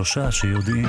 שלושה שיודעים.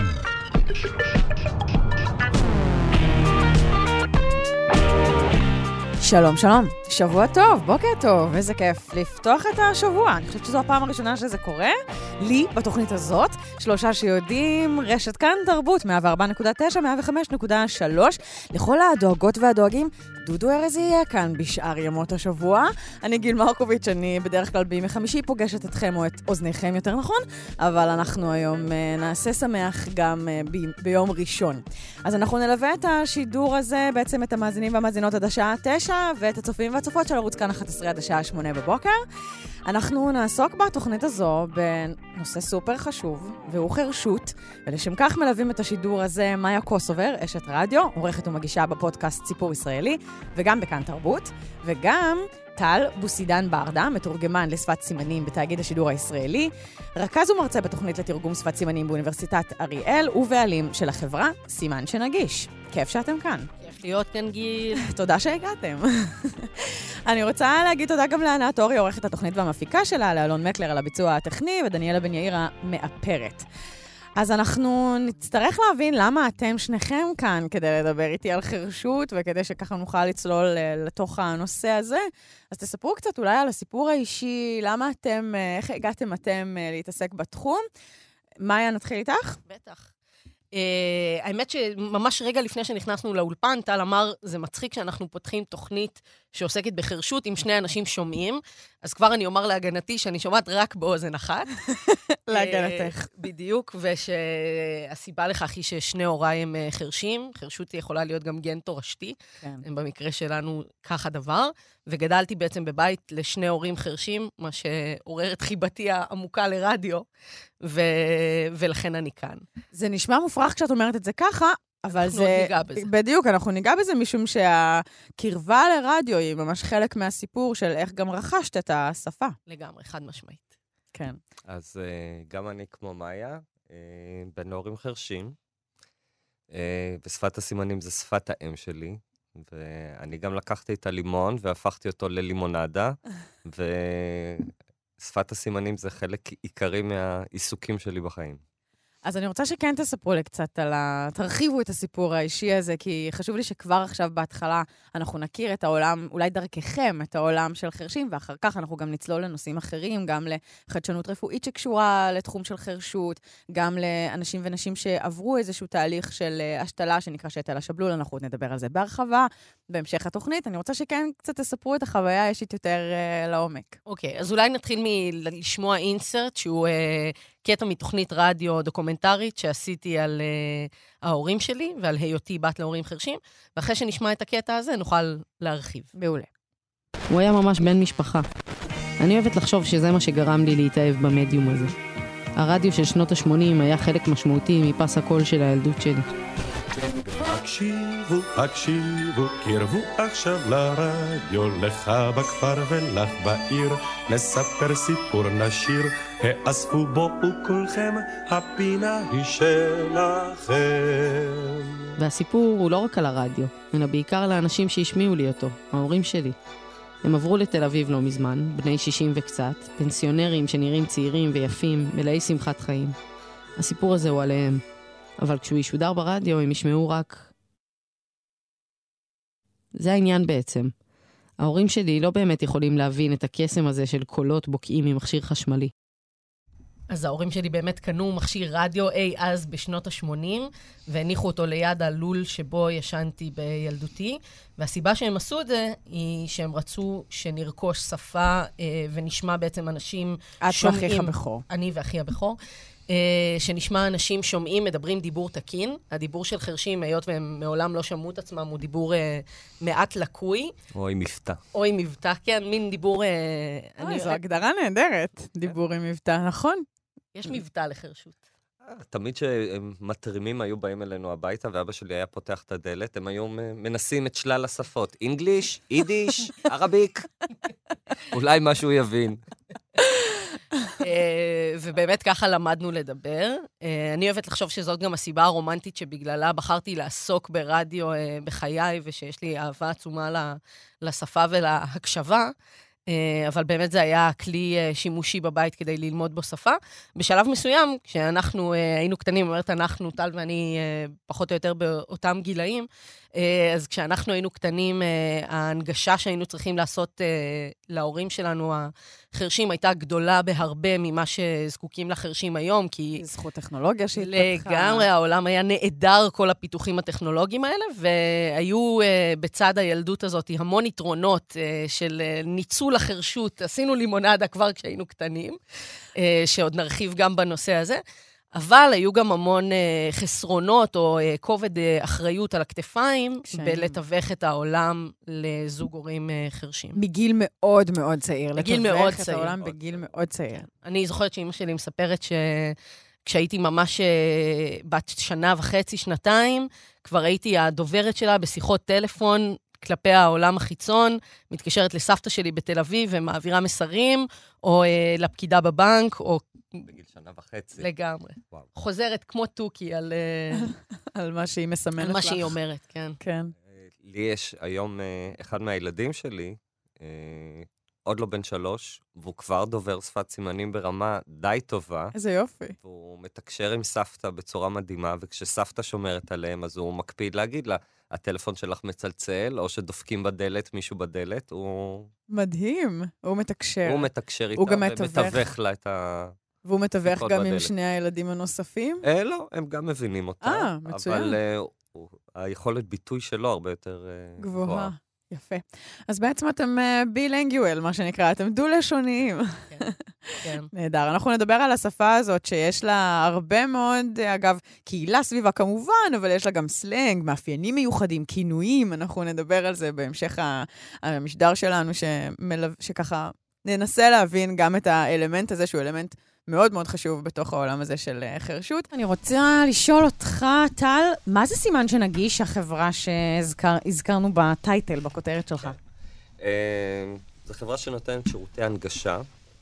שלום, שלום. שבוע טוב, בוקר טוב, איזה כיף לפתוח את השבוע. אני חושבת שזו הפעם הראשונה שזה קורה. לי, בתוכנית הזאת, שלושה שיודעים, רשת כאן תרבות, 104.9, 105.3. לכל הדואגות והדואגים, דודו ארז יהיה כאן בשאר ימות השבוע. אני גיל מרקוביץ', אני בדרך כלל בימי חמישי פוגשת אתכם או את אוזניכם יותר נכון, אבל אנחנו היום נעשה שמח גם ביום ראשון. אז אנחנו נלווה את השידור הזה, בעצם את המאזינים והמאזינות עד השעה 9, ואת הצופים והצופות של ערוץ כאן 11 עד השעה 8 בבוקר. אנחנו נעסוק בתוכנית הזו בנושא סופר חשוב, והוא חרשות, ולשם כך מלווים את השידור הזה מאיה קוסובר, אשת רדיו, עורכת ומגישה בפודקאסט סיפור ישראלי, וגם בכאן תרבות, וגם טל בוסידן ברדה, מתורגמן לשפת סימנים בתאגיד השידור הישראלי, רכז ומרצה בתוכנית לתרגום שפת סימנים באוניברסיטת אריאל, ובעלים של החברה סימן שנגיש. כיף שאתם כאן. כיף להיות כאן, גיל. תודה שהגעתם. אני רוצה להגיד תודה גם לענת אורי, עורכת התוכנית והמפיקה שלה, לאלון מקלר על הביצוע הטכני, ודניאלה בן יאיר המאפרת. אז אנחנו נצטרך להבין למה אתם שניכם כאן כדי לדבר איתי על חרשות, וכדי שככה נוכל לצלול לתוך הנושא הזה. אז תספרו קצת אולי על הסיפור האישי, למה אתם, איך הגעתם אתם להתעסק בתחום. מאיה, נתחיל איתך? בטח. האמת שממש רגע לפני שנכנסנו לאולפן, טל אמר, זה מצחיק שאנחנו פותחים תוכנית שעוסקת בחרשות עם שני אנשים שומעים, אז כבר אני אומר להגנתי שאני שומעת רק באוזן אחת. להגנתך. בדיוק, ושהסיבה לכך היא ששני הוריי הם חרשים, חרשות יכולה להיות גם גן תורשתי, הם במקרה שלנו כך הדבר, וגדלתי בעצם בבית לשני הורים חרשים, מה שעורר את חיבתי העמוקה לרדיו, ולכן אני כאן. זה נשמע מופרך כשאת אומרת את זה ככה, אבל זה... אנחנו ניגע בזה. בדיוק, אנחנו ניגע בזה משום שהקרבה לרדיו היא ממש חלק מהסיפור של איך גם רכשת את השפה. לגמרי, חד משמעית. כן. אז גם אני כמו מאיה, בן להורים חרשים, ושפת הסימנים זה שפת האם שלי, ואני גם לקחתי את הלימון והפכתי אותו ללימונדה, ושפת הסימנים זה חלק עיקרי מהעיסוקים שלי בחיים. אז אני רוצה שכן תספרו לי קצת תרחיבו את הסיפור האישי הזה, כי חשוב לי שכבר עכשיו בהתחלה אנחנו נכיר את העולם, אולי דרככם, את העולם של חרשים, ואחר כך אנחנו גם נצלול לנושאים אחרים, גם לחדשנות רפואית שקשורה לתחום של חרשות, גם לאנשים ונשים שעברו איזשהו תהליך של השתלה שנקרא שתל השבלול, אנחנו נדבר על זה בהרחבה, בהמשך התוכנית. אני רוצה שכן קצת תספרו את החוויה האישית יותר לעומק. אוקיי, אז אולי נתחיל מלשמוע אינסרט, שהוא קטע מתוכנית רדיו דוקומנטרית שעשיתי על ההורים שלי ועל היותי בת להורים חרשים, ואחרי שנשמע את הקטע הזה נוכל להרחיב. מעולה. הוא היה ממש בן משפחה. אני אוהבת לחשוב שזה מה שגרם לי להתאהב במדיום הזה. הרדיו של שנות ה-80 היה חלק משמעותי מפס הקול של הילדות שלי. הקשיבו, הקשיבו, קרבו עכשיו לרדיו, לך בכפר ולך בעיר, נספר סיפור נשיר, האספו בו וכולכם, הפינה היא שלכם. והסיפור הוא לא רק על הרדיו, אלא בעיקר לאנשים שהשמיעו לי אותו, ההורים שלי. הם עברו לתל אביב לא מזמן, בני 60 וקצת, פנסיונרים שנראים צעירים ויפים, מלאי שמחת חיים. הסיפור הזה הוא עליהם. אבל כשהוא ישודר ברדיו, הם ישמעו רק... זה העניין בעצם. ההורים שלי לא באמת יכולים להבין את הקסם הזה של קולות בוקעים ממכשיר חשמלי. אז ההורים שלי באמת קנו מכשיר רדיו אז בשנות ה-80, והניחו אותו ליד הלול שבו ישנתי בילדותי, והסיבה שהם עשו את זה היא שהם רצו שנרכוש שפה ונשמע בעצם אנשים שומעים. את ואחיך הבכור. אני ואחי הבכור. שנשמע אנשים שומעים, מדברים דיבור תקין. הדיבור של חרשים, היות והם מעולם לא שמעו את עצמם, הוא דיבור מעט לקוי. או עם מבטא. או עם מבטא, כן, מין דיבור... זו הגדרה נהדרת, דיבור עם מבטא, נכון? יש מבטא לחרשות. תמיד שמטרימים היו באים אלינו הביתה, ואבא שלי היה פותח את הדלת, הם היו מנסים את שלל השפות. אנגליש, יידיש, ערביק. אולי משהו יבין. ובאמת ככה למדנו לדבר. אני אוהבת לחשוב שזאת גם הסיבה הרומנטית שבגללה בחרתי לעסוק ברדיו בחיי, ושיש לי אהבה עצומה לשפה ולהקשבה. אבל באמת זה היה כלי שימושי בבית כדי ללמוד בו שפה. בשלב מסוים, כשאנחנו היינו קטנים, אומרת אנחנו, טל ואני פחות או יותר באותם גילאים, אז כשאנחנו היינו קטנים, ההנגשה שהיינו צריכים לעשות להורים שלנו, החרשים, הייתה גדולה בהרבה ממה שזקוקים לחרשים היום, כי... זכות טכנולוגיה שהתפתחה. לגמרי, העולם היה נהדר כל הפיתוחים הטכנולוגיים האלה, והיו בצד הילדות הזאת המון יתרונות של ניצול החרשות. עשינו לימונדה כבר כשהיינו קטנים, שעוד נרחיב גם בנושא הזה. אבל היו גם המון חסרונות או כובד אחריות על הכתפיים, בלתווך את העולם לזוג הורים חרשים. מגיל מאוד מאוד צעיר. בגיל מאוד צעיר. לתווך את העולם בגיל מאוד צעיר. אני זוכרת שאמא שלי מספרת שכשהייתי ממש בת 1.5 שנה, 2, כבר הייתי הדוברת שלה בשיחות טלפון, כלפי העולם החיצון, מתקשרת לסבתא שלי בתל אביב ומעבירה מסרים, או לפקידה בבנק, או... בגיל 1.5. לגמרי. וואו. חוזרת כמו טוקי על... על מה שהיא מסמנת לך. על מה שהיא אומרת, כן. כן. לי יש היום אחד מהילדים שלי, עוד לא בן 3, והוא כבר דובר שפת סימנים ברמה די טובה. איזה יופי. והוא מתקשר עם סבתא בצורה מדהימה, וכשסבתא שומרת עליהם, אז הוא מקפיד להגיד לה, הטלפון שלך מצלצל, או שדופקים בדלת, מישהו בדלת, הוא... מדהים. הוא מתקשר. הוא מתקשר איתה, הוא גם מתווך לה את ה... והוא מתווך גם בדלת. עם שני הילדים הנוספים? לא, הם גם מבינים אותה. מצוין. אבל היכולת ביטוי שלו הרבה יותר גבוהה. יפה. אז בעצם אתם בילינגואל, מה שנקרא, אתם דו-לשוניים. כן. נהדר. אנחנו נדבר על השפה הזאת, שיש לה הרבה מאוד, אגב, קהילה סביבה כמובן, אבל יש לה גם סלנג, מאפיינים מיוחדים, כינויים, אנחנו נדבר על זה בהמשך המשדר שלנו, שככה ננסה להבין גם את האלמנט הזה, שהוא אלמנט מאוד מאוד חשוב בתוך העולם הזה של חרשות. אני רוצה לשאול אותך, טל, מה זה סימן שנגיש החברה שהזכרנו בטייטל, בכותרת שלך? זו חברה שנותנת שירותי הנגשה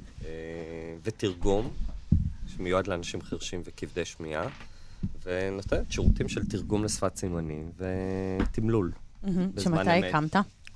ותרגום, שמיועד לאנשים חרשים וכבדי שמיעה, ונותנת שירותים של תרגום לשפת סימנים ותמלול. שמתי הקמת?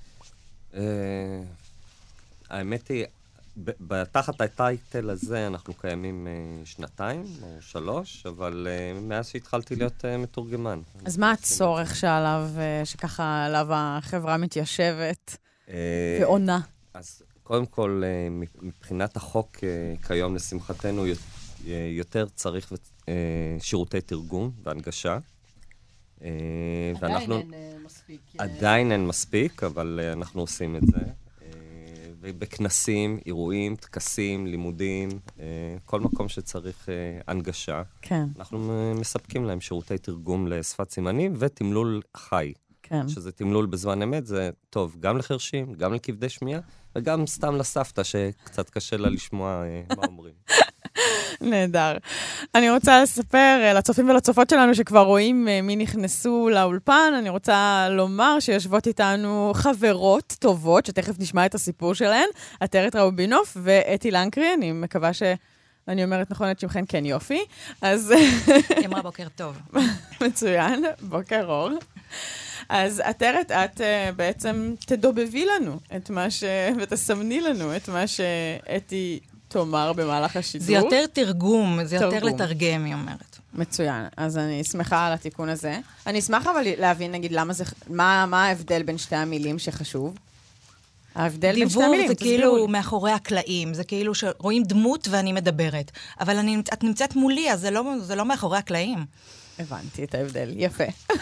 האמת היא, תחת הטייטל הזה אנחנו קיימים 2 או 3, אבל מאז שהתחלתי להיות מתורגמן. אז מה הצורך שעליו, שככה עליו החברה מתיישבת ועונה? אז קודם כל, מבחינת החוק כיום, לשמחתנו, יותר צריך שירותי תרגום והנגשה. עדיין אין מספיק. עדיין אין מספיק, אבל אנחנו עושים את זה. ובכנסים, אירועים, טקסים, לימודים, כל מקום שצריך הנגשה. כן. אנחנו מספקים להם שירותי תרגום לשפת סימנים ותמלול חי. כן. שזה תמלול בזמן אמת, זה טוב גם לחרשים, גם לכבדי שמיעה, וגם סתם לסבתא שקצת קשה לה לשמוע מה אומרים. נהדר. אני רוצה לספר לצופים ולצופות שלנו שכבר רואים מי נכנסו לאולפן. אני רוצה לומר שיושבות איתנו חברות טובות, שתכף נשמע את הסיפור שלהן, עטרת ראובינוף ואתי לנקרי. אני מקווה שאני אומרת נכון את שמכן, כן יופי. אז... היא אמרה בוקר טוב. מצוין, בוקר אור. אז עטרת, את בעצם תדובבי לנו את מה ותסמני לנו את מה שאתי תאמר במהלך השידור. זה יותר תרגום, זה יותר לתרגם, היא אומרת. מצוין, אז אני שמחה על התיקון הזה. אני אשמח אבל להבין, נגיד, מה ההבדל בין שתי המילים שחשוב? ההבדל בין שתי המילים, דיבור זה כאילו מאחורי הקלעים, זה כאילו שרואים דמות ואני מדברת. אבל את נמצאת מולי, אז זה לא מאחורי הקלעים. הבנתי את ההבדל, יפה.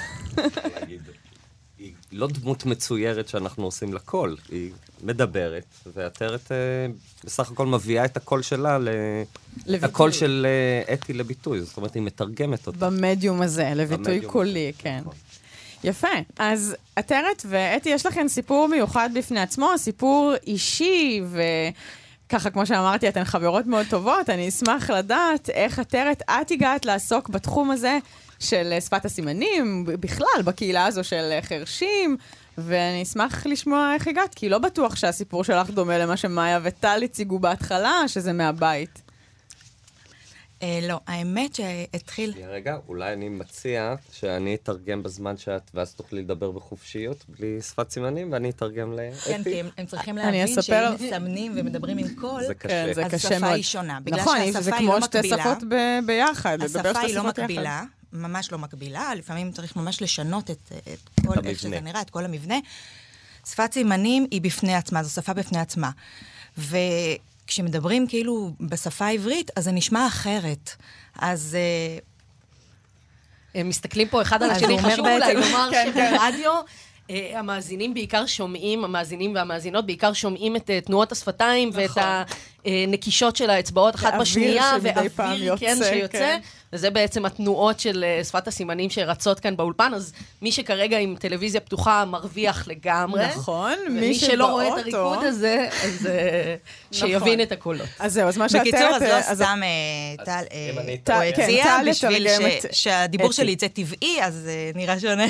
היא לא דמות מצוירת שאנחנו עושים לכל, היא מדברת, ועטרת בסך הכל מביאה את הקול שלה, את הקול של אתי לביטוי, זאת אומרת, היא מתרגמת אותה. במדיום הזה, לביטוי קולי, כן. יפה, אז עטרת ואתי, יש לכם סיפור מיוחד בפני עצמו, סיפור אישי, וככה, כמו שאמרתי, אתן חברות מאוד טובות, אני אשמח לדעת איך עטרת, את הגעת לעסוק בתחום הזה, של שפת הסימנים, בכלל, בקהילה הזו של חרשים, ואני אשמח לשמוע איך הגעת, כי לא בטוח שהסיפור שלך דומה למה שמאיה וטל הציגו בהתחלה, שזה מהבית. לא, האמת שהתחיל... רגע, אולי אני מציע שאני אתרגם בזמן שאת, ואז תוכלי לדבר בחופשיות, בלי שפת סימנים, ואני אתרגם לאתי. כן, כי הם צריכים להבין שאם מסמנים ומדברים עם קול, אז השפה היא שונה. נכון, זה כמו שתי שפות ביחד. השפה היא לא מקבילה, ממש לא מקבילה, לפעמים צריך ממש לשנות את כל איך שזה נראה, את כל המבנה. שפת סימנים היא בפני עצמה, זו שפה בפני עצמה. וכשמדברים כאילו בשפה העברית, אז זה נשמע אחרת. אז... הם מסתכלים פה אחד על השני, חשוב אולי לומר שברדיו, המאזינים בעיקר שומעים, המאזינים והמאזינות בעיקר שומעים את תנועות השפתיים ואת הנקישות של האצבעות אחת בשנייה, ואוויר שיוצא, וזה בעצם התנועות של שפת הסימנים שרצות כאן באולפן, אז מי שכרגע עם טלוויזיה פתוחה מרוויח לגמרי. נכון, מי שלא רואה את הריקוד הזה, אז שיבין את הקולות. אז זהו, אז מה שאתה... בקיצור, אז לא סתם טל הציע, בשביל שהדיבור שלי יצא טבעי, אז נראה שונה.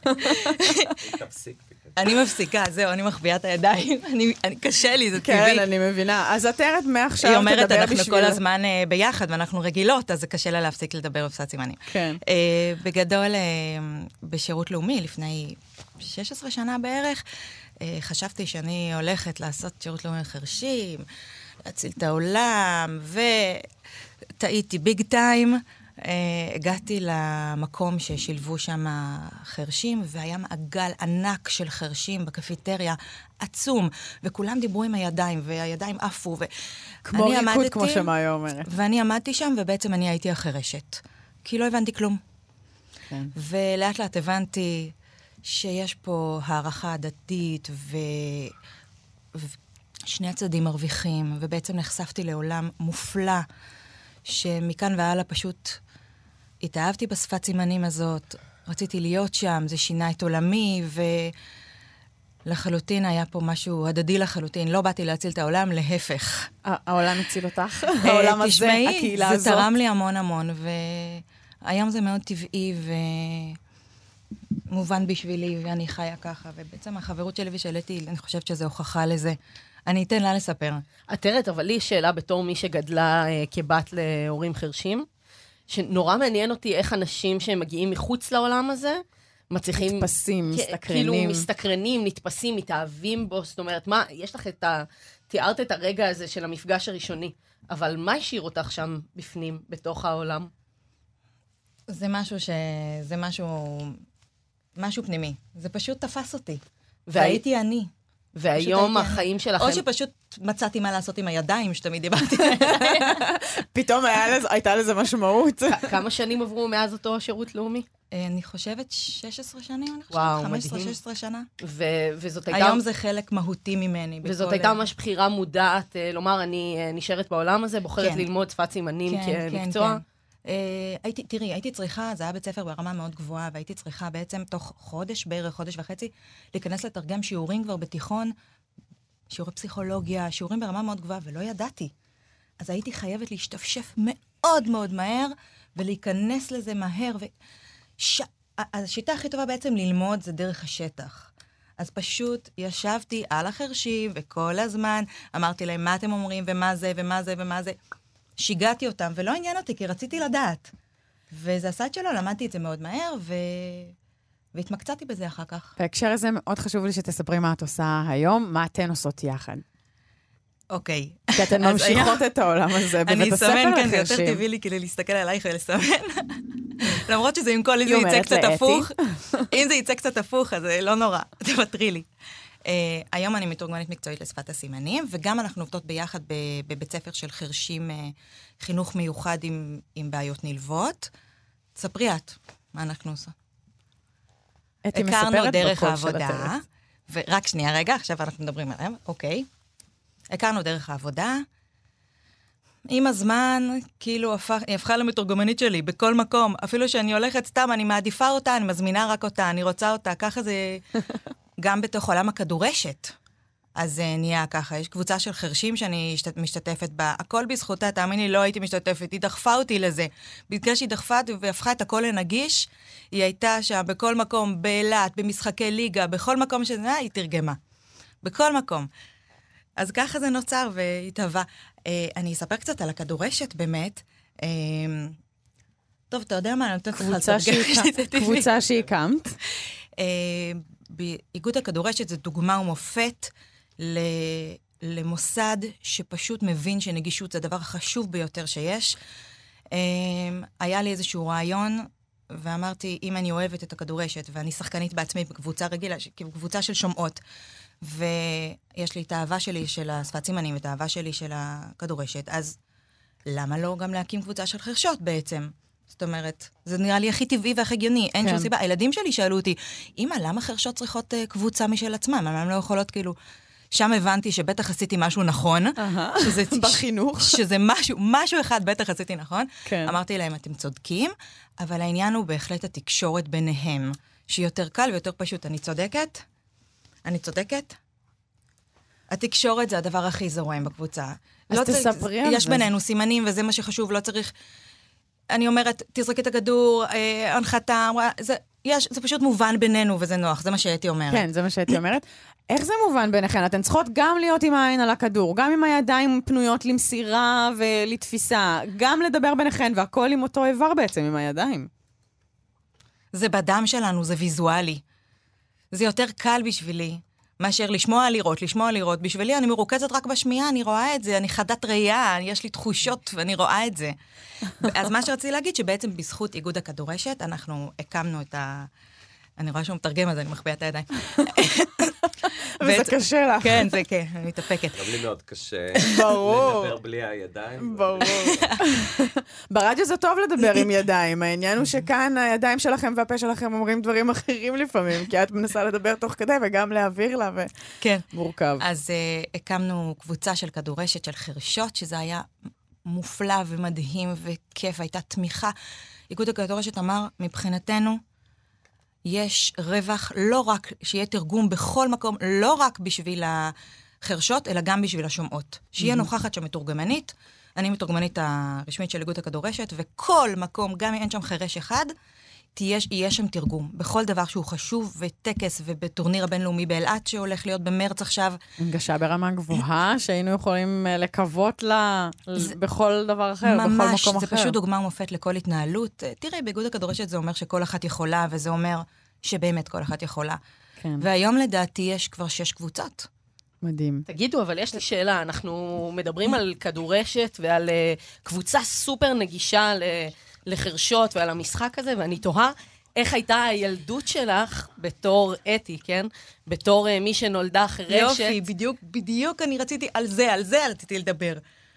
אני מפסיקה, זהו, אני מחביאה את הידיים, קשה לי, זה טבעי. כן, אני מבינה. אז עטרת מעכשיו היא אומרת, אנחנו כל הזמן ביחד, ואנחנו רגילות, אז זה קשה לה להפסיק לדבר בשפת סימנים. כן. בגדול, בשירות לאומי, לפני 16 שנה בערך, חשבתי שאני הולכת לעשות שירות לאומי חרשים, להציל את העולם, וטעיתי ביג טיים. הגעתי למקום ששילבו שם חרשים, והיה מעגל ענק של חרשים בקפיטריה, עצום, וכולם דיברו עם הידיים, והידיים עפו, כמו ריקוד, כמו שמאיה אומרת. ואני עמדתי שם, ובעצם אני הייתי החרשת. כי לא הבנתי כלום. כן. ולאט לאט הבנתי שיש פה הערכה הדדית, ושני הצדדים מרוויחים, ובעצם נחשפתי לעולם מופלא, שמכאן והלאה פשוט התאהבתי בשפת סימנים הזאת, רציתי להיות שם, זה שינה את עולמי, ולחלוטין היה פה משהו הדדי לחלוטין, לא באתי להציל את העולם, להפך. העולם הציל אותך? העולם הזה, הקהילה הזאת? זה תרם לי המון המון, והיום זה מאוד טבעי ומובן בשבילי, ואני חיה ככה, ובעצם החברות שלי ושאלתי, אני חושבת שזה הוכחה לזה. אני אתן לה לספר. עטרת, אבל לי שאלה בתור מי שגדלה כבת להורים חרשים, שנורא מעניין אותי איך אנשים שמגיעים מחוץ לעולם הזה, מצליחים... נתפסים, מסתקרנים. כאילו מסתקרנים, נתפסים, מתאהבים בו, זאת אומרת, מה, יש לך תיארת את הרגע הזה של המפגש הראשוני, אבל מה השאיר אותך שם בפנים, בתוך העולם? זה משהו פנימי. זה פשוט תפס אותי. והייתי אני. והיום החיים שלכם... או שפשוט מצאתי מה לעשות עם הידיים, שתמיד דיברתי. פתאום הייתה לזה משמעות. כמה שנים עברו מאז אותו שירות לאומי? אני חושבת 16 שנים, אני חושבת. וואו, מדהים. 15-16 שנה. וזאת הייתה... היום זה חלק מהותי ממני. וזאת הייתה ממש בחירה מודעת, לומר, אני נשארת בעולם הזה, בוחרת ללמוד שפת סימנים כמקצוע. הייתי צריכה, זה היה בית ספר ברמה מאוד גבוהה, והייתי צריכה בעצם תוך חודש, בערך חודש וחצי, להיכנס לתרגם שיעורים כבר בתיכון, שיעורי פסיכולוגיה, שיעורים ברמה מאוד גבוהה, ולא ידעתי. אז הייתי חייבת להשתפשף מאוד מאוד מהר, ולהיכנס לזה מהר. השיטה הכי טובה בעצם ללמוד זה דרך השטח. אז פשוט ישבתי על החרשים, וכל הזמן אמרתי להם מה אתם אומרים, ומה זה, ומה זה, ומה זה. שיגעתי אותם, ולא עניין אותי, כי רציתי לדעת. וזה הסייט שלו, למדתי את זה מאוד מהר, והתמקצעתי בזה אחר כך. בהקשר הזה מאוד חשוב לי שתספרי מה את עושה היום, מה אתן עושות יחד. אוקיי. כי אתן ממשיכות את העולם הזה בבית הספר לחרשים. אני אסמן, כן, זה לחרשים. יותר טבעי לי כדי להסתכל עלייך ולסמן. למרות שזה עם כל איזה יצא קצת הפוך. אם זה יצא קצת הפוך, אז לא נורא, תוותרי לי. היום אני מתורגמנית מקצועית לשפת הסימנים, וגם אנחנו עובדות ביחד בבית ספר של חרשים, חינוך מיוחד עם בעיות נלוות. ספרי את, מה אנחנו עושות? הכרנו דרך העבודה, ורק שנייה רגע, עכשיו אנחנו מדברים עליהם, אוקיי. הכרנו דרך העבודה, עם הזמן, כאילו, היא הפכה למתורגמנית שלי, בכל מקום. אפילו שאני הולכת סתם, אני מעדיפה אותה, אני מזמינה רק אותה, אני רוצה אותה, ככה זה גם בתוך עולם הכדורשת. אז זה נהיה ככה, יש קבוצה של חרשים שאני משתתפת בה, הכל בזכותה, תאמיני, לא הייתי משתתפת, היא דחפה אותי לזה. בגלל שהיא דחפה והפכה את הכל לנגיש, היא הייתה שם בכל מקום, באילת, במשחקי ליגה, בכל מקום שזה, היא תרגמה. בכל מקום. אז ככה זה נוצר והתהווה. אני אספר קצת על הכדורשת באמת. טוב, אתה יודע מה, אני נותנת קבוצה שהקמת. באיגוד הכדורשת זו דוגמה ומופת למוסד שפשוט מבין שנגישות זה הדבר החשוב ביותר שיש. היה לי איזשהו רעיון, ואמרתי, אם אני אוהבת את הכדורשת, ואני שחקנית בעצמי בקבוצה רגילה, קבוצה של שומעות, ויש לי את האהבה שלי של השפת סימנים, ואת האהבה שלי של הכדורשת, אז למה לא גם להקים קבוצה של חרשות בעצם? זאת אומרת, זה נראה לי הכי טבעי והכי הגיוני, אין שום סיבה. הילדים שלי שאלו אותי, אמא, למה חרשות צריכות קבוצה משל עצמם? הן לא יכולות כאילו... שם הבנתי שבטח עשיתי משהו נכון. בחינוך. שזה משהו אחד בטח עשיתי נכון. אמרתי להם, אתם צודקים, אבל העניין הוא בהחלט התקשורת ביניהם, שיותר קל ויותר פשוט. אני צודקת? אני צודקת? התקשורת זה הדבר הכי זורם בקבוצה. אז תספרי על זה. יש בינינו סימנים, וזה מה שחשוב, לא צריך... אני אומרת, תזרקי את הכדור, הנחתה, זה פשוט מובן בינינו, וזה נוח, זה מה שהייתי אומרת. כן, זה מה שהייתי אומרת. איך זה מובן ביניכן? אתן צריכות גם להיות עם העין על הכדור, גם עם הידיים פנויות למסירה ולתפיסה, גם לדבר ביניכן, והכל עם אותו איבר בעצם, עם הידיים. זה בדם שלנו, זה ויזואלי. זה יותר קל בשבילי, מאשר לשמוע לראות. בשבילי אני מרוכזת רק בשמיעה, אני רואה את זה, אני חדת ראייה, יש לי תחושות ואני רואה את זה. אז מה שרציתי להגיד, שבעצם בזכות איגוד הכדורשת, אנחנו הקמנו את אני רואה שהוא מתרגם, אז אני מחביאה את הידיים. וזה קשה לך. כן, זה כן, אני מתאפקת. גם לי מאוד קשה לדבר בלי הידיים. ברור. ברדיו זה טוב לדבר עם ידיים, העניין הוא שכאן הידיים שלכם והפה שלכם אומרים דברים אחרים לפעמים, כי את מנסה לדבר תוך כדי וגם להעביר לה, ומורכב. אז הקמנו קבוצה של כדורשת של חרשות, שזה היה מופלא ומדהים וכיף, הייתה תמיכה. איגוד הכדורשת אמר, מבחינתנו, יש רווח, לא רק שיהיה תרגום בכל מקום, לא רק בשביל החרשות, אלא גם בשביל השומעות. שיהיה נוכחת שם מתורגמנית, אני מתורגמנית הרשמית של איגוד הכדורשת, וכל מקום, גם אם אין שם חרש אחד, יהיה שם תרגום. בכל דבר שהוא חשוב, וטקס, ובטורניר הבינלאומי באלעד, שהולך להיות במרץ עכשיו. הנגשה ברמה גבוהה, שהיינו יכולים לקוות לה בכל דבר אחר, בכל מקום אחר. ממש, זה פשוט דוגמה מופת לכל התנהלות. תראי, באיגוד הכדורשת זה אומר שכל אחת יכולה, וזה אומר שבאמת כל אחת יכולה. כן. והיום לדעתי יש כבר 6 קבוצות. מדהים. תגידו, אבל יש לי שאלה, אנחנו מדברים על כדורשת ועל קבוצה סופר נגישה לחרשות ועל המשחק הזה, ואני תוהה איך הייתה הילדות שלך בתור אתי, כן? בתור מי שנולדה חרשת. יופי, בדיוק אני רציתי, על זה רציתי לדבר.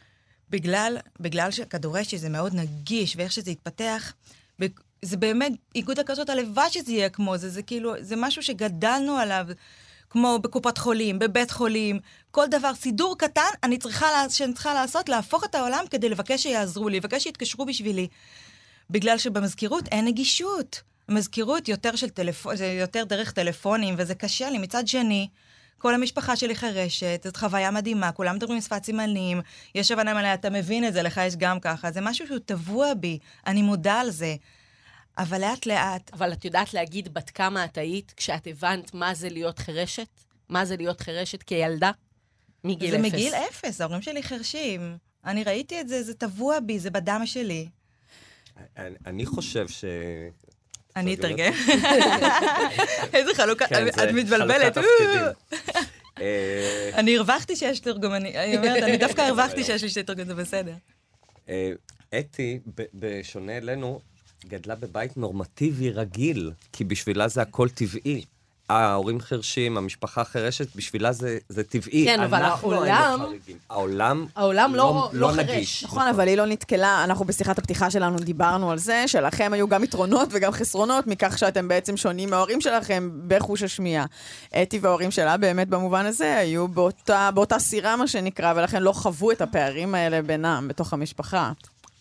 בגלל שכדורשת זה מאוד נגיש, ואיך שזה יתפתח, זה באמת, איגוד הכדורשת הלוואי שזה יהיה כמו זה, זה כאילו, זה משהו שגדלנו עליו, כמו בקופת חולים, בבית חולים, כל דבר, סידור קטן, אני צריכה לעשות, להפוך את העולם כדי לבקש שיעזרו לי, לבקש שיתקשרו בשבילי. בגלל שבמזכירות אין נגישות. המזכירות יותר דרך טלפונים, וזה קשה לי. מצד שני, כל המשפחה שלי חרשת, זאת חוויה מדהימה, כולם מדברים שפת סימנים, יש הבנה מלאה, אתה מבין את זה, לך יש גם ככה. זה משהו שהוא טבוע בי, אני מודע על זה. אבל לאט לאט... אבל את יודעת להגיד בת כמה את היית, כשאת הבנת מה זה להיות חרשת? מה זה להיות חרשת כילדה? מגיל 0. זה מגיל 0, ההורים שלי חרשים. אני ראיתי את זה, זה טבוע בי, זה בדם שלי. אני חושב ש... אני אתרגם. איזה חלוקה, את מתבלבלת. אני הרווחתי שיש תרגום, אני אומרת, אני דווקא הרווחתי שיש לי 2 תרגום, זה בסדר. אתי, בשונה אלינו, גדלה בבית נורמטיבי רגיל, כי בשבילה זה הכל טבעי. ההורים חרשים, המשפחה חרשת, בשבילה זה טבעי. כן, אבל העולם לא חרש. נכון, אבל היא לא נתקלה. אנחנו בשיחת הפתיחה שלנו דיברנו על זה, שלכם היו גם יתרונות וגם חסרונות, מכך שאתם בעצם שונים מההורים שלכם בחוש השמיעה. אתי וההורים שלה באמת במובן הזה היו באותה סירה, מה שנקרא, ולכן לא חוו את הפערים האלה בינם, בתוך המשפחה.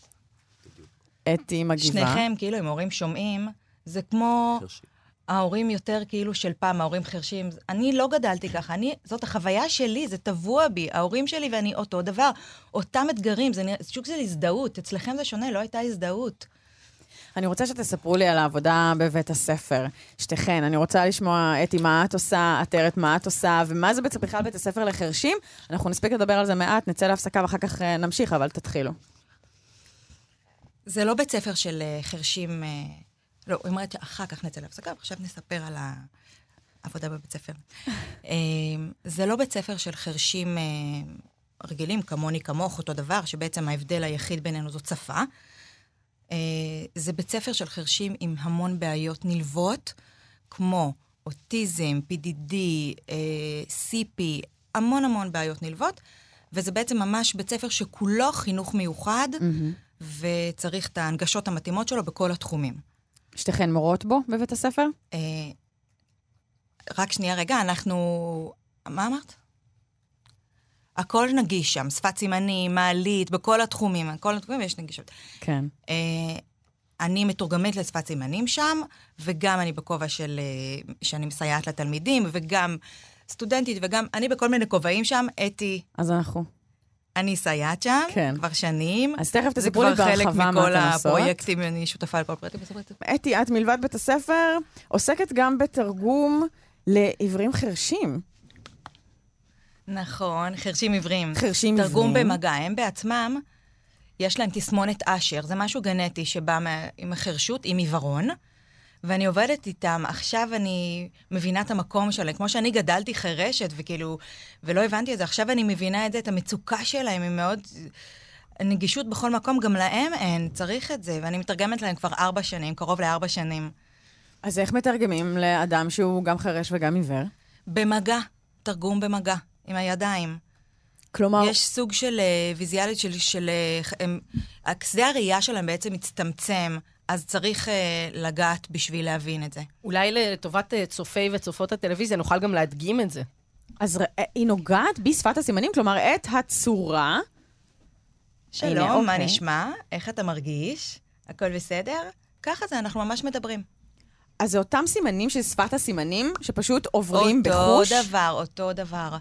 אתי מגיבה. שניכם, כאילו, אם ההורים שומעים, זה כמו... ההורים יותר כאילו של פעם, ההורים חרשים. אני לא גדלתי ככה, זאת החוויה שלי, זה טבוע בי. ההורים שלי ואני אותו דבר. אותם אתגרים, זה שוק של הזדהות. אצלכם זה שונה, לא הייתה הזדהות. אני רוצה שתספרו לי על העבודה בבית הספר. שתיכן, אני רוצה לשמוע, אתי, מה את עושה, עטרת, מה את עושה, ומה זה בכלל בית הספר לחרשים? אנחנו נספיק לדבר על זה מעט, נצא להפסקה ואחר כך נמשיך, אבל תתחילו. זה לא בית ספר של חרשים, לא, היא אומרת שאחר כך נצא להפסקה, ועכשיו נספר על העבודה בבית ספר. זה לא בית ספר של חרשים רגילים, כמוני, כמוך, אותו דבר, שבעצם ההבדל היחיד בינינו זאת שפה. זה בית ספר של חרשים עם המון בעיות נלוות, כמו אוטיזם, PDD, CP, המון המון בעיות נלוות, וזה בעצם ממש בית ספר שכולו חינוך מיוחד, וצריך את ההנגשות המתאימות שלו בכל התחומים. שתיכן מורות בו בבית הספר? רק שנייה רגע, מה אמרת? הכל נגיש שם, שפת סימנים, מעלית, בכל התחומים יש נגישות. כן. אני מתורגמת לשפת סימנים שם, וגם אני בכובע שאני מסייעת לתלמידים, וגם סטודנטית, וגם אני בכל מיני כובעים שם, אתי. אז אני סייעת שם, כן. כבר שנים. אז תכף תספרו לי בהרחבה מה אתם עושות. זה כבר חלק מכל הפרויקטים, אני שותפה לכל פרטים. אתי, את מלבד בית הספר, עוסקת גם בתרגום לעברים חרשים. נכון, חרשים עברים. חרשים עברים. תרגום במגע, הם בעצמם, יש להם תסמונת אשר, זה משהו גנטי שבא עם החרשות, עם עיוורון, ואני עובדת איתם, עכשיו אני מבינה את המקום שלהם, כמו שאני גדלתי חרשת, וכאילו, ולא הבנתי את זה, עכשיו אני מבינה את זה, את המצוקה שלהם, היא מאוד, נגישות בכל מקום, גם להם אין, צריך את זה, ואני מתרגמת להם כבר 4 שנים, קרוב ל4 שנים. אז איך מתרגמים לאדם שהוא גם חרש וגם עיוור? במגע, תרגום במגע, עם הידיים. כלומר... יש סוג של ויזואלית של שדה הראייה שלהם בעצם מצטמצם, אז צריך לגעת בשביל להבין את זה. אולי לטובת צופי וצופות הטלוויזיה נוכל גם להדגים את זה. אז היא נוגעת בשפת הסימנים, כלומר את הצורה. שלום, מה נשמע? איך אתה מרגיש? הכל בסדר? ככה זה, אנחנו ממש מדברים. אז זה אותם סימנים של שפת הסימנים, שפשוט עוברים בחוש? אותו דבר.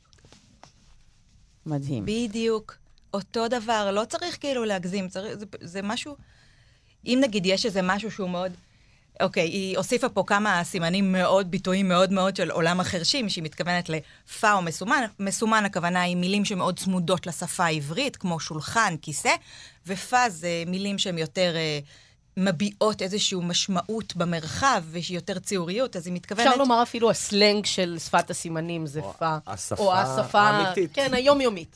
מדהים. בדיוק. אותו דבר. לא צריך כאילו להגזים. זה משהו... אם נגיד יש איזה משהו שהוא מאוד... אוקיי, היא הוסיפה פה כמה סימנים מאוד, ביטויים מאוד מאוד של עולם החרשים, שהיא מתכוונת לפא או מסומן. מסומן הכוונה היא מילים שמאוד צמודות לשפה העברית, כמו שולחן, כיסא, ופא זה מילים שהן יותר... מביעות איזושהי משמעות במרחב, ויותר ציוריות, אז היא מתכוונת... אפשר לומר אפילו הסלנג של שפת הסימנים זה פא. או השפה האמיתית. כן, היומיומית.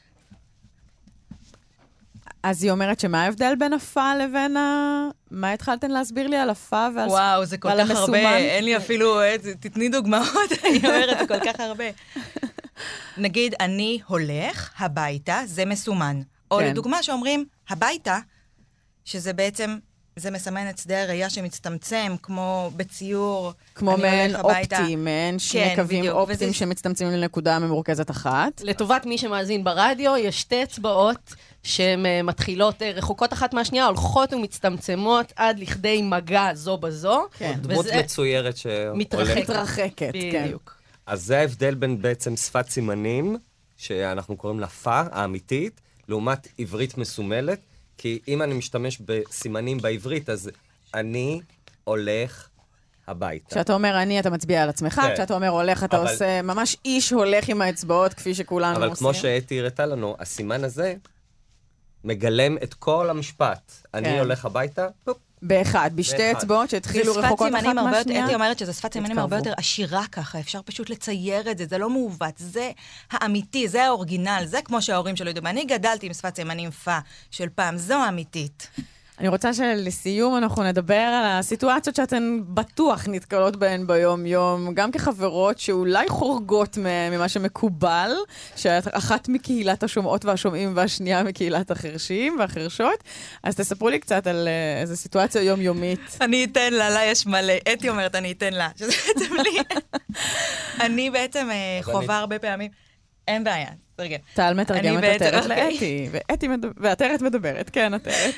אז היא אומרת שמה ההבדל בין הפא לבין מה התחלתן להסביר לי על הפא ועל המסומן? וואו, זה כל כך הרבה, אין לי אפילו... תתני דוגמאות, אני אומרת, זה כל כך הרבה. נגיד, אני הולך הביתה, זה מסומן. או לדוגמה שאומרים, הביתה, שזה בעצם... זה מסמן את שדה הראייה שמצטמצם, כמו בציור. כמו מעין אופטי, מעין שני קווים אופטיים שמצטמצמים לנקודה ממורכזת אחת. לטובת מי שמאזין ברדיו, יש 2 אצבעות שהן מתחילות רחוקות אחת מהשנייה, הולכות ומצטמצמות עד לכדי מגע זו בזו. דמות מצוירת מתרחקת. בדיוק. אז זה ההבדל בין בעצם שפת סימנים, שאנחנו קוראים לה פא, האמיתית, לעומת עברית מסומלת, כי אם אני משתמש בסימנים בעברית, אז אני הולך הביתה. כשאתה אומר אני, אתה מצביע על עצמך, כשאתה אומר הולך, אתה עושה, ממש איש הולך עם האצבעות, כפי שכולנו עושים. אבל כמו שאתי הראתה לנו, הסימן הזה מגלם את כל המשפט. אני הולך הביתה, באחד, בשתי אצבעות שהתחילו רחוקות אחת מהשנייה. אתי אומרת שזה שפת סימנים הרבה יותר עשירה ככה, אפשר פשוט לצייר את זה, זה לא מעוות, זה האמיתי, זה האורגינל, זה כמו שההורים שלו יודעים. אני גדלתי עם שפת סימנים פא של פעם, זו האמיתית. אני רוצה שלסיום אנחנו נדבר על הסיטואציות שאתן בטוח נתקלות בהן ביום-יום, גם כחברות שאולי חורגות ממה שמקובל, שאחת מקהילת השומעות והשומעים והשנייה מקהילת החרשים והחרשות. אז תספרו לי קצת על איזו סיטואציה יומיומית. אני אתן לה, לה יש מלא. אתי אומרת, אני אתן לה. שזה בעצם לי. אני בעצם חובה הרבה פעמים. אין בעיה, תרגע. טל מתרגמת עטרת לאתי, ועטרת מדברת, כן, עטרת.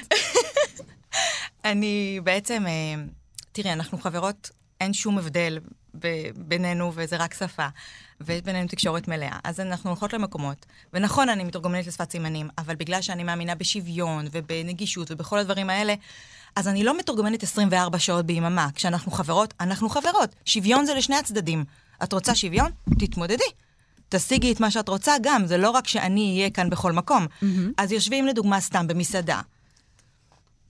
אני בעצם, תראי, אנחנו חברות, אין שום הבדל בינינו, וזה רק שפה, ויש בינינו תקשורת מלאה. אז אנחנו הולכות למקומות, ונכון, אני מתורגמנית לשפת סימנים, אבל בגלל שאני מאמינה בשוויון ובנגישות ובכל הדברים האלה, אז אני לא מתורגמנית 24 שעות ביממה. כשאנחנו חברות, אנחנו חברות. שוויון זה לשני הצדדים. את רוצה שוויון? תתמודדי. תשיגי את מה שאת רוצה גם, זה לא רק שאני אהיה כאן בכל מקום. אז יושבים לדוגמה סתם במסעדה.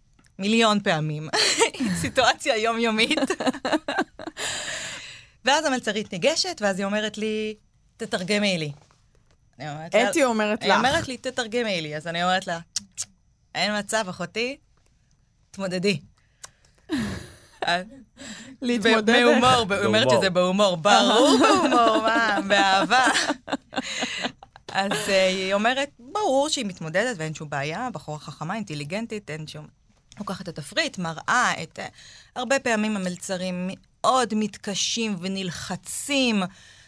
מיליון פעמים. סיטואציה יומיומית. ואז המלצרית ניגשת, ואז היא אומרת לי, תתרגמי לי. אתי אומרת לך. היא אומרת לי, תתרגמי לי. אז אני אומרת לה, אין מצב, אחותי, תמודדי. להתמודד. בהומור, היא אומרת שזה בהומור, ברור בהומור, מה, באהבה. אז היא אומרת, ברור שהיא מתמודדת ואין שום בעיה, בחורה חכמה, אינטליגנטית, אין שום... לוקחת את התפריט, מראה את... הרבה פעמים המלצרים מאוד מתקשים ונלחצים.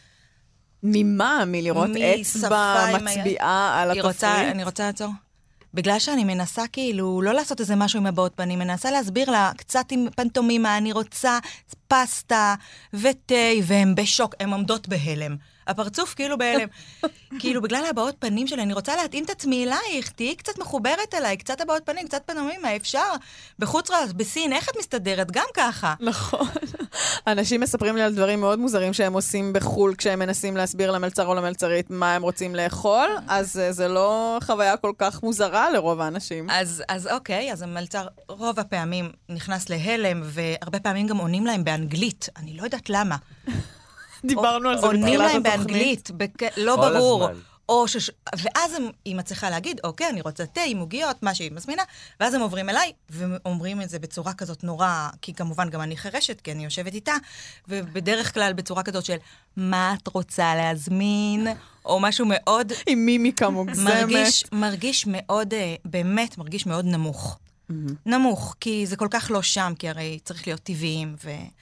ממה? מלראות אצבע מצביעה על התפריט? אני רוצה לעצור. בגלל שאני מנסה כאילו לא לעשות איזה משהו עם הבעות פנים, מנסה להסביר לה קצת עם פנטומימה, אני רוצה פסטה ותה, והם בשוק, הם עומדות בהלם. הפרצוף כאילו בהלם. כאילו בגלל הבעות פנים שלי, אני רוצה להתאים את עצמי אלייך, תהי קצת מחוברת אליי, קצת הבעות פנים, קצת פנטומימה, אפשר. בחוץ רס, בסין, איך את מסתדרת? גם ככה. נכון. אנשים מספרים לי על דברים מאוד מוזרים שהם עושים בחול, כשהם מנסים להסביר למלצר או למלצרית מה הם רוצים לאכול, אז זה לא חוויה כל כך מוזרה לרוב האנשים. אז אוקיי, אז המלצר רוב הפעמים נכנס להלם, והרבה פעמים גם עונים להם באנגלית. אני לא יודעת למה. דיברנו על זה בתחילת עונים להם התוכנית. באנגלית, לא ברור. ואז היא מצליחה להגיד, אוקיי, אני רוצה תה עם עוגיות, מה שהיא מזמינה, ואז הם עוברים אליי, ואומרים את זה בצורה כזאת נורא, כי כמובן גם אני חרשת, כי אני יושבת איתה, ובדרך כלל בצורה כזאת של, מה את רוצה להזמין, או משהו מאוד... עם מימיקה מוגזמת. מרגיש מאוד, באמת מרגיש מאוד נמוך. נמוך, כי זה כל כך לא שם, כי הרי צריך להיות טבעיים,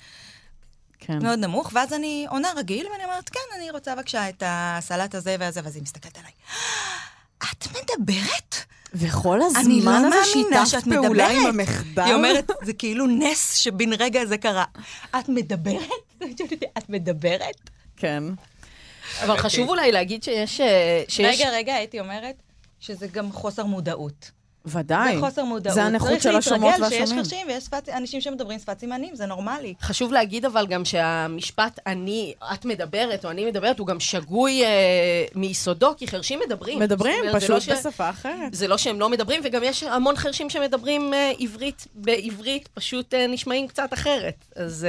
כן. מאוד נמוך, ואז אני עונה רגיל, ואני אומרת, כן, אני רוצה בבקשה את הסלט הזה והזה, ואז היא מסתכלת עליי. את מדברת? וכל הזמן הזה שיתפת פעולה עם המחדל? היא אומרת, זה כאילו נס שבין רגע זה קרה. את מדברת? את מדברת? כן. אבל חשוב אולי להגיד שיש... רגע, הייתי אומרת שזה גם חוסר מודעות. ודאי. זה חוסר מודעות. זה הנכות של השומעות והשומעים. צריך להתרגל שיש חרשים ויש אנשים שמדברים שפת סימנים, זה נורמלי. חשוב להגיד אבל גם שהמשפט את מדברת או אני מדברת, הוא גם שגוי מיסודו, כי חרשים מדברים. מדברים, פשוט בשפה אחרת. זה לא שהם לא מדברים, וגם יש המון חרשים שמדברים עברית, בעברית פשוט נשמעים קצת אחרת. אז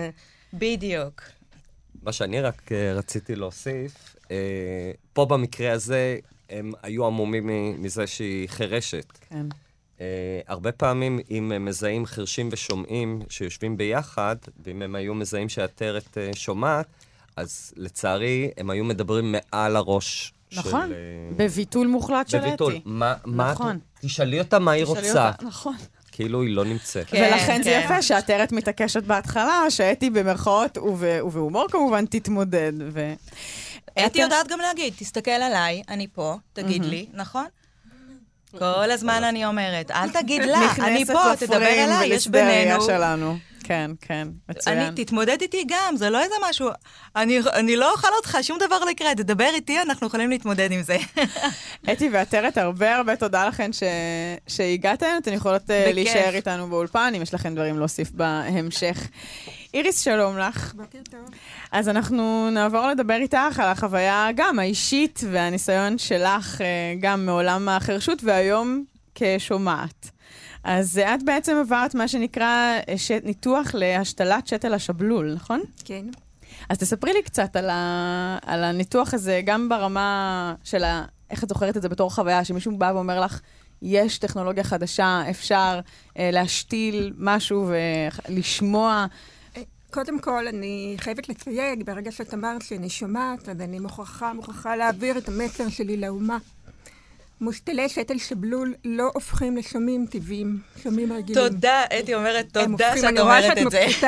בדיוק. מה שאני רק רציתי להוסיף, פה במקרה הזה, הם היו עמומים מזה שהיא חרשת. כן. הרבה פעמים, אם הם מזהים חרשים ושומעים שיושבים ביחד, ואם הם היו מזהים שהעטרת שומעת, אז לצערי, הם היו מדברים מעל הראש. נכון, בביטול מוחלט של אתי. בביטול. נכון. תשאלי אותה מה היא רוצה. נכון. כאילו היא לא נמצאת. ולכן זה יפה שהעטרת מתעקשת בהתחלה, שאתי במרכאות ובהומור כמובן תתמודד. אתי יודעת גם להגיד, תסתכל עליי, אני פה, תגיד לי, נכון? כל הזמן אני אומרת, אל תגיד לה, אני פה, תדבר אליי, יש בינינו. שלנו. כן, כן, מצוין. תתמודד איתי גם, זה לא איזה משהו, אני לא אוכל אותך, שום דבר לא יקרה, תדבר איתי, אנחנו יכולים להתמודד עם זה. אתי ועטרת, הרבה תודה לכן שהגעתן, אתן יכולות להישאר איתנו באולפן, אם יש לכם דברים להוסיף בהמשך. איריס, שלום לך. בוקר טוב. אז אנחנו נעבור לדבר איתך על החוויה גם האישית והניסיון שלך גם מעולם החרשות, והיום כשומעת. אז את בעצם עברת מה שנקרא ניתוח להשתלת שתל השבלול, נכון? כן. אז תספרי לי קצת על הניתוח הזה, גם ברמה של איך את זוכרת את זה בתור חוויה, שמישהו בא ואומר לך, יש טכנולוגיה חדשה, אפשר להשתיל משהו ולשמוע. קודם כל, אני חייבת לצייג, ברגע שאת אמרת שאני שומעת, אז אני מוכרחה להעביר את המסר שלי לאומה. מושתלי שתל שבלול לא הופכים לשומעים טבעיים, שומעים רגילים. תודה, אתי אומרת, תודה שאת אומרת את זה.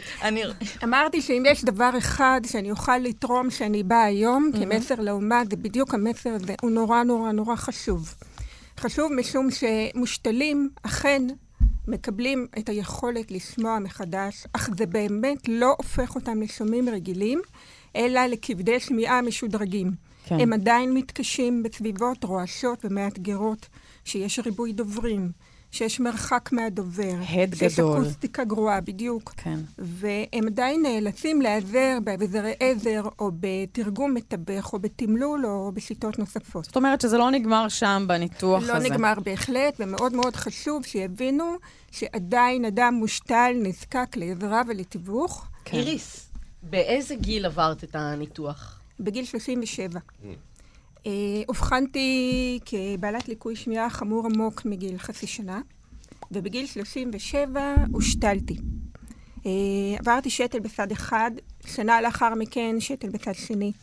אמרתי שאם יש דבר אחד שאני אוכל לתרום שאני באה היום, כמסר לאומה, זה בדיוק המסר הזה, הוא נורא נורא נורא חשוב. חשוב משום שמושתלים אכן מקבלים את היכולת לשמוע מחדש, אך זה באמת לא הופך אותם לשומעים רגילים, אלא לכבדי שמיעה משודרגים. כן. הם עדיין מתקשים בסביבות רועשות ומאתגרות, שיש ריבוי דוברים, שיש מרחק מהדובר. הד גדול. שיש אקוסטיקה גרועה, בדיוק. כן. והם עדיין נאלצים להיעזר באביזרי עזר, או בתרגום מתווך, או בתמלול, או בשיטות נוספות. זאת אומרת שזה לא נגמר שם בניתוח הזה. לא נגמר בהחלט, ומאוד מאוד חשוב שיבינו שעדיין אדם מושתל נזקק לעזרה ולתיווך. כן. איריס, באיזה גיל עברת את הניתוח? בגיל 37. אובחנתי כבעלת ליקוי שמיעה חמור עמוק מגיל חצי שנה, ובגיל 37 הושתלתי. עברתי שתל בצד אחד, שנה לאחר מכן שתל בצד שני.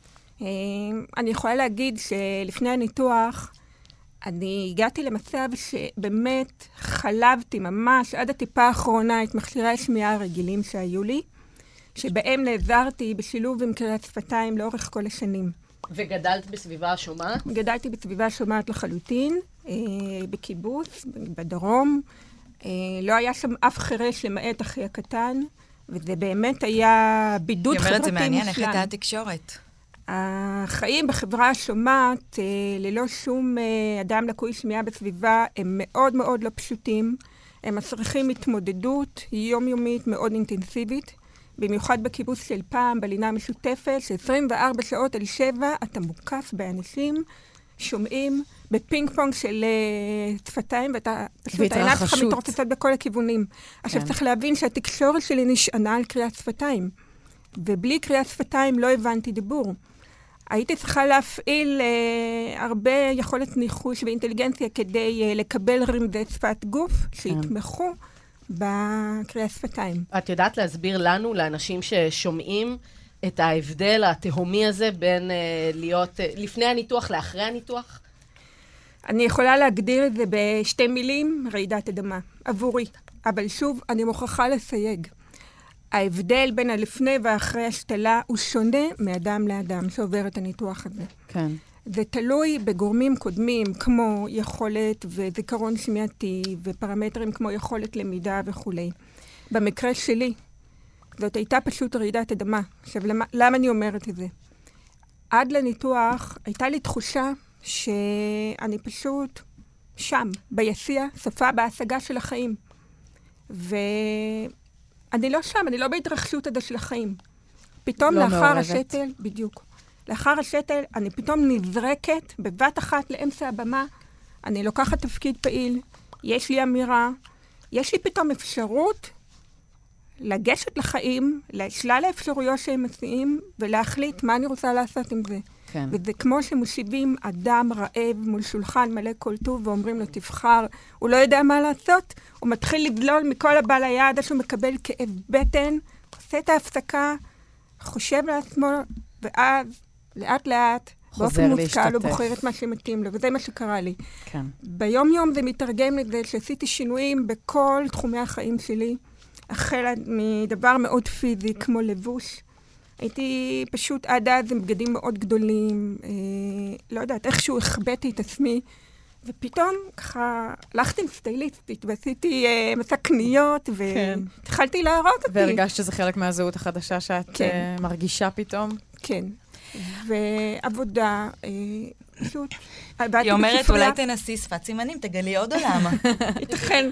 אני יכולה להגיד שלפני הניתוח, אני הגעתי למצב שבאמת חלבתי ממש עד הטיפה האחרונה את מכשירי השמיעה הרגילים שהיו לי, שבהם נעזרתי בשילוב עם קריאת שפתיים לאורך כל השנים. וגדלת בסביבה שומעת? גדלתי בסביבה שומעת לחלוטין, בקיבוץ, בדרום. לא היה שם אף חירש למעט אחי הקטן, וזה באמת היה בידוד חברתי מושלם. היא אומרת, זה מעניין, איך הייתה התקשורת? החיים בחברה השומעת, ללא שום אדם לקוי שמיעה בסביבה, הם מאוד מאוד לא פשוטים. הם מצריכים התמודדות יומיומית מאוד אינטנסיבית. במיוחד בקיבוץ של פעם, בלינה המשותפת, ש24 שעות על 7, אתה מוקף באנשים, שומעים בפינג פונג של שפתיים, ואתה פשוט, העיניים שלך מתרוצצות בכל הכיוונים. עכשיו צריך להבין שהתקשורת שלי נשענה על קריאת שפתיים, ובלי קריאת שפתיים לא הבנתי דיבור. הייתי צריכה להפעיל הרבה יכולת ניחוש ואינטליגנציה כדי לקבל רמזי שפת גוף שיתמכו בקריאת שפתיים. את יודעת להסביר לנו, לאנשים ששומעים, את ההבדל התהומי הזה בין להיות לפני הניתוח לאחרי הניתוח? אני יכולה להגדיר את זה בשתי מילים, רעידת אדמה, עבורי. אבל שוב, אני מוכרחה לסייג. ההבדל בין הלפני ואחרי השתלה הוא שונה מאדם לאדם שעובר את הניתוח הזה. כן. זה תלוי בגורמים קודמים, כמו יכולת וזיכרון שמיעתי, ופרמטרים כמו יכולת למידה וכו'. במקרה שלי, זאת הייתה פשוט רעידת אדמה. עכשיו, למה אני אומרת את זה? עד לניתוח הייתה לי תחושה שאני פשוט שם, ביציע, סופה בהשגה של החיים. ואני לא שם, אני לא בהתרחשות עד של החיים. פתאום לא לאחר מעורבת. השתל, בדיוק. לאחר השתל, אני פתאום נזרקת בבת אחת לאמצע הבמה, אני לוקחת תפקיד פעיל, יש לי אמירה, יש לי פתאום אפשרות לגשת לחיים, לשלל האפשרויות שהם מציעים, ולהחליט מה אני רוצה לעשות עם זה. כן. וזה כמו שמושיבים אדם רעב מול שולחן מלא כל טוב, ואומרים לו, תבחר, הוא לא יודע מה לעשות, הוא מתחיל לדלול מכל הבא ליד, שהוא מקבל כאב בטן, עושה את ההפסקה, חושב לעצמו, ואז לאט לאט, באופן מושכל, הוא בוחר את מה שמתאים לו, וזה מה שקרה לי. כן. ביום יום זה מתרגם לזה שעשיתי שינויים בכל תחומי החיים שלי, החל מדבר מאוד פיזי, כמו לבוש. הייתי פשוט עד אז עם בגדים מאוד גדולים, לא יודעת, איכשהו החבאתי את עצמי, ופתאום ככה הלכתי עם סטייליסטית, ועשיתי מסע קניות, והתחלתי להראות אותי. והרגשת שזה חלק מהזהות החדשה שאת מרגישה פתאום? כן. ועבודה, פשוט... היא אומרת, אולי תנסי שפת סימנים, תגלי עוד עולם. ייתכן.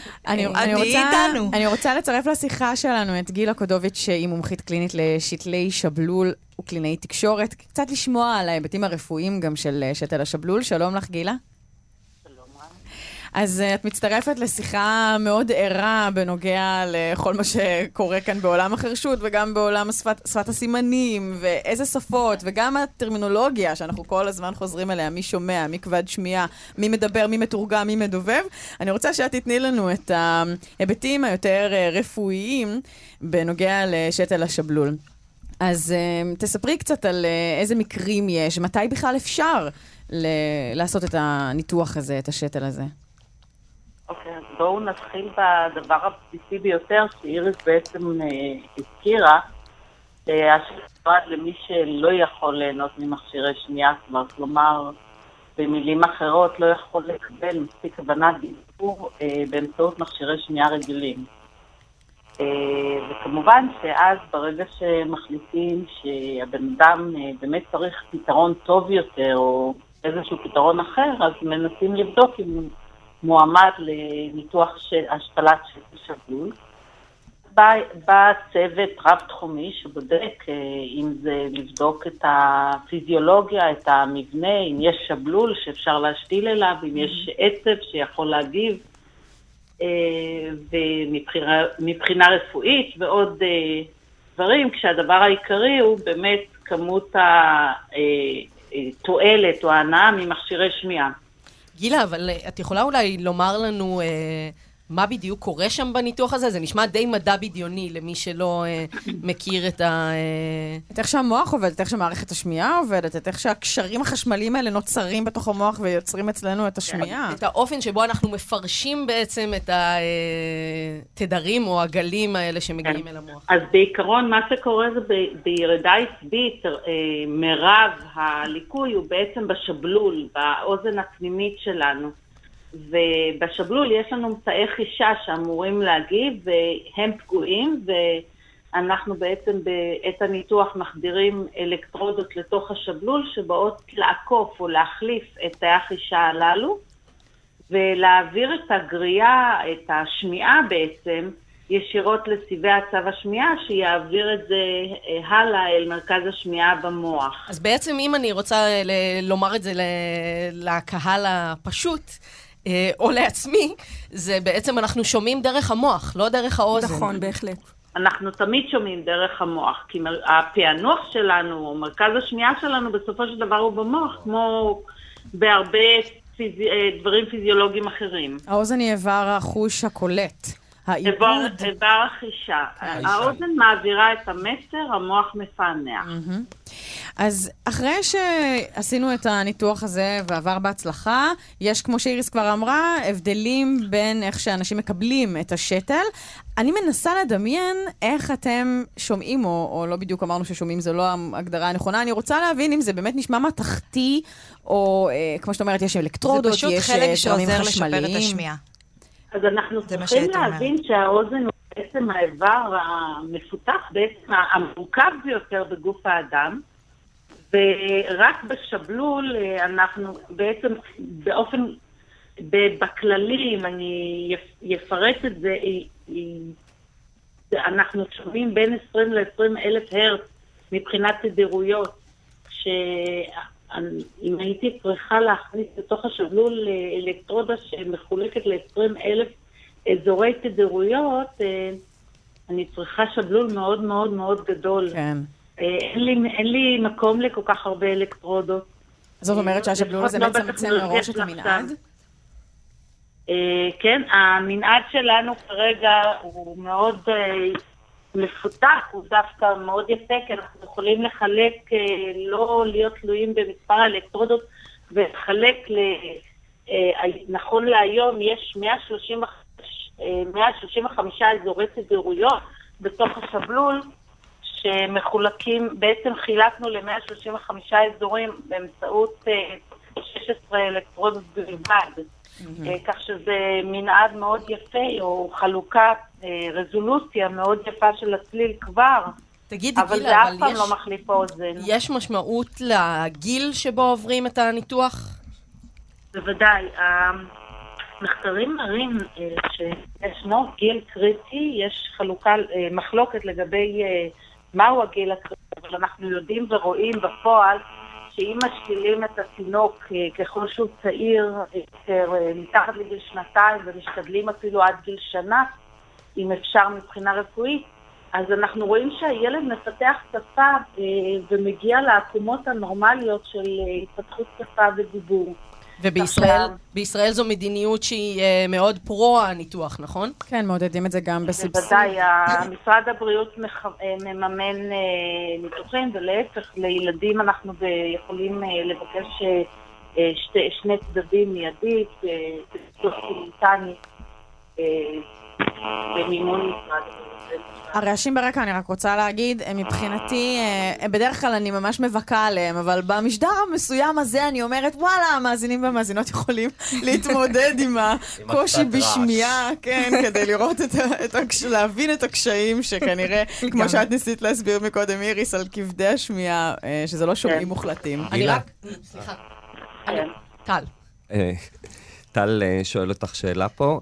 אני רוצה לצרף לשיחה שלנו את גילה קודוביץ', שהיא מומחית קלינית לשתלי שבלול וקלינאי תקשורת. קצת לשמוע על ההיבטים הרפואיים גם של שתל השבלול. שלום לך, גילה. אז את מצטרפת לשיחה מאוד ערה בנוגע לכל מה שקורה כאן בעולם החרשות וגם בעולם שפת הסימנים ואיזה שפות וגם הטרמינולוגיה שאנחנו כל הזמן חוזרים אליה, מי שומע, מי כבד שמיעה, מי מדבר, מי מתורגם, מי מדובב. אני רוצה שאת תתני לנו את ההיבטים היותר רפואיים בנוגע לשתל השבלול. אז תספרי קצת על איזה מקרים יש, מתי בכלל אפשר לעשות את הניתוח הזה, את השתל הזה. אוקיי, אז בואו נתחיל בדבר הבסיסי ביותר, שאיריס בעצם הזכירה, השתל למי שלא יכול ליהנות ממכשירי שמיעה, כלומר, במילים אחרות, לא יכול לקבל מספיק הבנת דיבור באמצעות מכשירי שמיעה רגילים. וכמובן שאז ברגע שמחליטים שהבן אדם באמת צריך פתרון טוב יותר, או איזשהו פתרון אחר, אז מנסים לבדוק אם מועמד לניתוח של השתלת שתל שבלול. בא צוות רב-תחומי שבודק אם זה לבדוק את הפיזיולוגיה, את המבנה, אם יש שבלול שאפשר להשתיל אליו, אם יש עצב שיכול להגיב, ומבחינה רפואית ועוד דברים, כשהדבר העיקרי הוא באמת כמות התועלת או ההנאה ממכשירי שמיעה. גילה, אבל את יכולה אולי לומר לנו מה בדיוק קורה שם בניתוח הזה? זה נשמע די מדע בדיוני למי שלא מכיר את איך שהמוח עובד, את איך שמערכת השמיעה עובדת, את איך שהקשרים החשמליים האלה נוצרים בתוך המוח ויוצרים אצלנו את השמיעה. את האופן שבו אנחנו מפרשים בעצם את התדרים או הגלים האלה שמגיעים אל המוח. אז בעיקרון מה שקורה זה בירידה עצבית, מרב הליקוי הוא בעצם בשבלול, באוזן הפנימית שלנו. ובשבלול יש לנו מצאי חישה שאמורים להגיב והם פגועים, ואנחנו בעצם בעת הניתוח מחדירים אלקטרודות לתוך השבלול שבאות לעקוף או להחליף את תאי החישה הללו ולהעביר את הגריעה, את השמיעה בעצם ישירות לסיבי הצו השמיעה שיעביר את זה הלאה אל מרכז השמיעה במוח. אז בעצם אם אני רוצה לומר את זה לקהל הפשוט או לעצמי, זה בעצם אנחנו שומעים דרך המוח, לא דרך האוזן. נכון, בהחלט. אנחנו תמיד שומעים דרך המוח, כי הפענוח שלנו, או מרכז השמיעה שלנו, בסופו של דבר הוא במוח, כמו בהרבה דברים פיזיולוגיים אחרים. האוזן היא איבר החוש הקולט. איבר החישה. האוזן מעבירה את המסר, המוח מפענח. אז אחרי שעשינו את הניתוח הזה ועבר בהצלחה, יש, כמו שאיריס כבר אמרה, הבדלים בין איך שאנשים מקבלים את השתל. אני מנסה לדמיין איך אתם שומעים, או לא בדיוק אמרנו ששומעים, זה לא ההגדרה הנכונה. אני רוצה להבין אם זה באמת נשמע מתכתי, או כמו שאת אומרת, יש אלקטרודות, יש זה פשוט חלק שעוזר לשפר את השמיעה. אז אנחנו צריכים להבין שהאוזן הוא בעצם האיבר המפותח, בעצם המורכב ביותר בגוף האדם, ורק בשבלול אנחנו בעצם באופן, בכללי, אם אני אפרט את זה, אנחנו שומעים בין 20 ל-20 אלף הרץ מבחינת תדירויות, אם הייתי צריכה להכניס לתוך השבלול אלקטרודה שמחולקת ל-20,000 אזורי תדירויות, אני צריכה שבלול מאוד מאוד מאוד גדול. כן. אין לי מקום לכל כך הרבה אלקטרודות. זאת אומרת שהשבלול הזה בעצם מצא מראש את המנעד? כן, המנעד שלנו כרגע הוא מאוד מפותח, הוא דווקא מאוד יפה, כי אנחנו יכולים לחלק, לא להיות תלויים במספר האלקטרודות, ולחלק, נכון להיום יש 135 אזורי תדירויות בתוך השבלול, שמחולקים, בעצם חילקנו ל-135 אזורים באמצעות 16 אלקטרודות בלבד. כך שזה מנעד מאוד יפה, או חלוקת רזולוציה מאוד יפה של הצליל כבר. תגידי, אבל גילה, זה אף פעם לא מחליף האוזן. יש משמעות לגיל שבו עוברים את הניתוח? בוודאי. המחקרים מראים שישנו גיל קריטי, יש מחלוקת לגבי מהו הגיל הקריטי, אבל אנחנו יודעים ורואים בפועל שאם משתילים את התינוק ככל שהוא צעיר, מתחת לגיל 2 ומשתדלים אפילו עד גיל שנה, אם אפשר מבחינה רפואית, אז אנחנו רואים שהילד מפתח שפה ומגיע לעקומות הנורמליות של התפתחות שפה ודיבור. ובישראל זו מדיניות שהיא מאוד פרו הניתוח, נכון? כן, מעודדים את זה גם בסבסוד. בוודאי, משרד הבריאות מממן ניתוחים, ולהפך, לילדים אנחנו יכולים לבקש שני צדדים מיידית, ניתוח סימולטני במימון משרד הבריאות. הרעשים ברקע, אני רק רוצה להגיד, מבחינתי, בדרך כלל אני ממש מבקה עליהם, אבל במשדר המסוים הזה אני אומרת, וואלה, המאזינים והמאזינות יכולים להתמודד עם הקושי בשמיעה, כן, כדי לראות להבין את הקשיים שכנראה, כמו שאת ניסית להסביר מקודם, איריס, על כבדי השמיעה, שזה לא שומעים מוחלטים. אני רק, סליחה, טל. טל שואל אותך שאלה פה.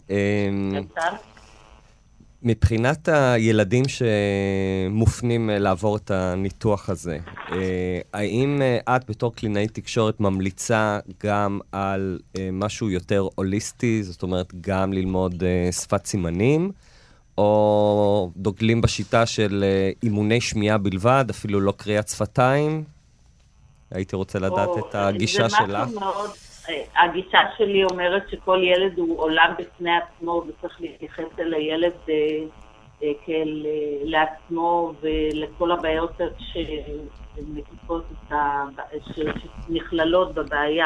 מבחינת הילדים שמופנים לעבור את הניתוח הזה, האם את בתור קלינאית תקשורת ממליצה גם על משהו יותר הוליסטי, זאת אומרת גם ללמוד שפת סימנים, או דוגלים בשיטה של אימוני שמיעה בלבד, אפילו לא קריאת שפתיים? הייתי רוצה לדעת את הגישה שלך. הגישה שלי אומרת שכל ילד הוא עולם בפני עצמו, וצריך להתייחס אל הילד כאל לעצמו ולכל הבעיות שנכללות בבעיה.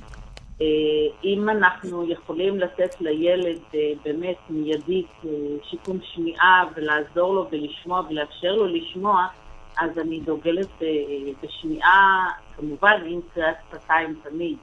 אם אנחנו יכולים לתת לילד באמת מיידית שיקום שמיעה ולעזור לו ולשמוע ולאפשר לו לשמוע, אז אני דוגלת בשמיעה, כמובן עם קריאת שפתיים תמיד,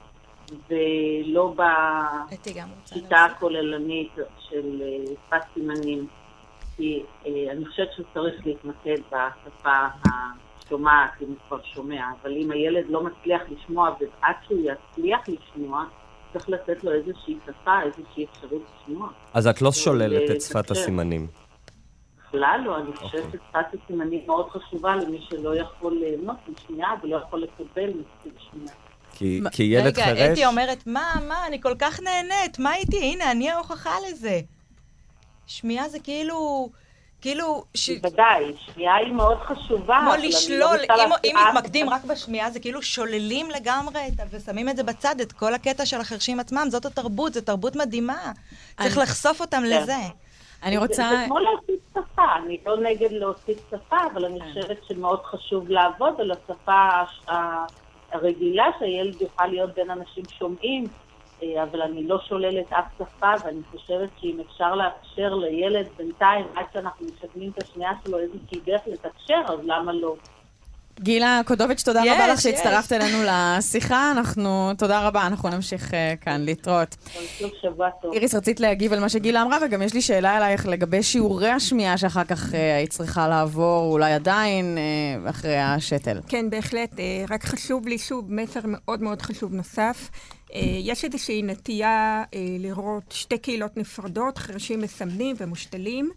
ולא בשיטה הכוללנית של שפת סימנים. כי אני חושבת שהוא צריך להתמקד בשפה השומעת, אם הוא כבר שומע, אבל אם הילד לא מצליח לשמוע, ועד שהוא יצליח לשמוע, צריך לתת לו איזושהי שפה, איזושהי אפשרות לשמוע. אז את לא שוללת את שפת הסימנים? בכלל לא, אני חושבת ששפת הסימנים מאוד חשובה למי שלא יכול ליהנות משמיעה ולא יכול לקבל מספיק שמיעה. כי ילד חירש... רגע, אתי אומרת, מה, אני כל כך נהנית, מה איתי? הנה, אני ההוכחה לזה. שמיעה זה כאילו... בוודאי, שמיעה היא מאוד חשובה. כמו לשלול, אם מתמקדים רק בשמיעה, זה כאילו שוללים לגמרי ושמים את זה בצד, את כל הקטע של החרשים עצמם. זאת התרבות, זו תרבות מדהימה. צריך לחשוף אותם לזה. אני רוצה... זה כמו להוסיף שפה, אני לא נגד להוסיף שפה, אבל אני חושבת שמאוד חשוב לעבוד על השפה הרגילה, שהילד יוכל להיות בין אנשים שומעים, אבל אני לא שוללת אף שפה, ואני חושבת שאם אפשר לאפשר לילד בינתיים, עד שאנחנו משקמים את השנייה שלו איזושהי דרך לתקשר, אז למה לא? גילה קודוביץ', תודה רבה לך שהצטרפת אלינו לשיחה. תודה רבה, אנחנו נמשיך כאן להתראות. איריס, רצית להגיב על מה שגילה אמרה, וגם יש לי שאלה אלייך לגבי שיעורי השמיעה שאחר כך היית צריכה לעבור, אולי עדיין, אחרי השתל. כן, בהחלט. רק חשוב לי שוב, מסר מאוד מאוד חשוב נוסף. יש איזושהי נטייה לראות שתי קהילות נפרדות, חרשים מסמנים ומושתלים,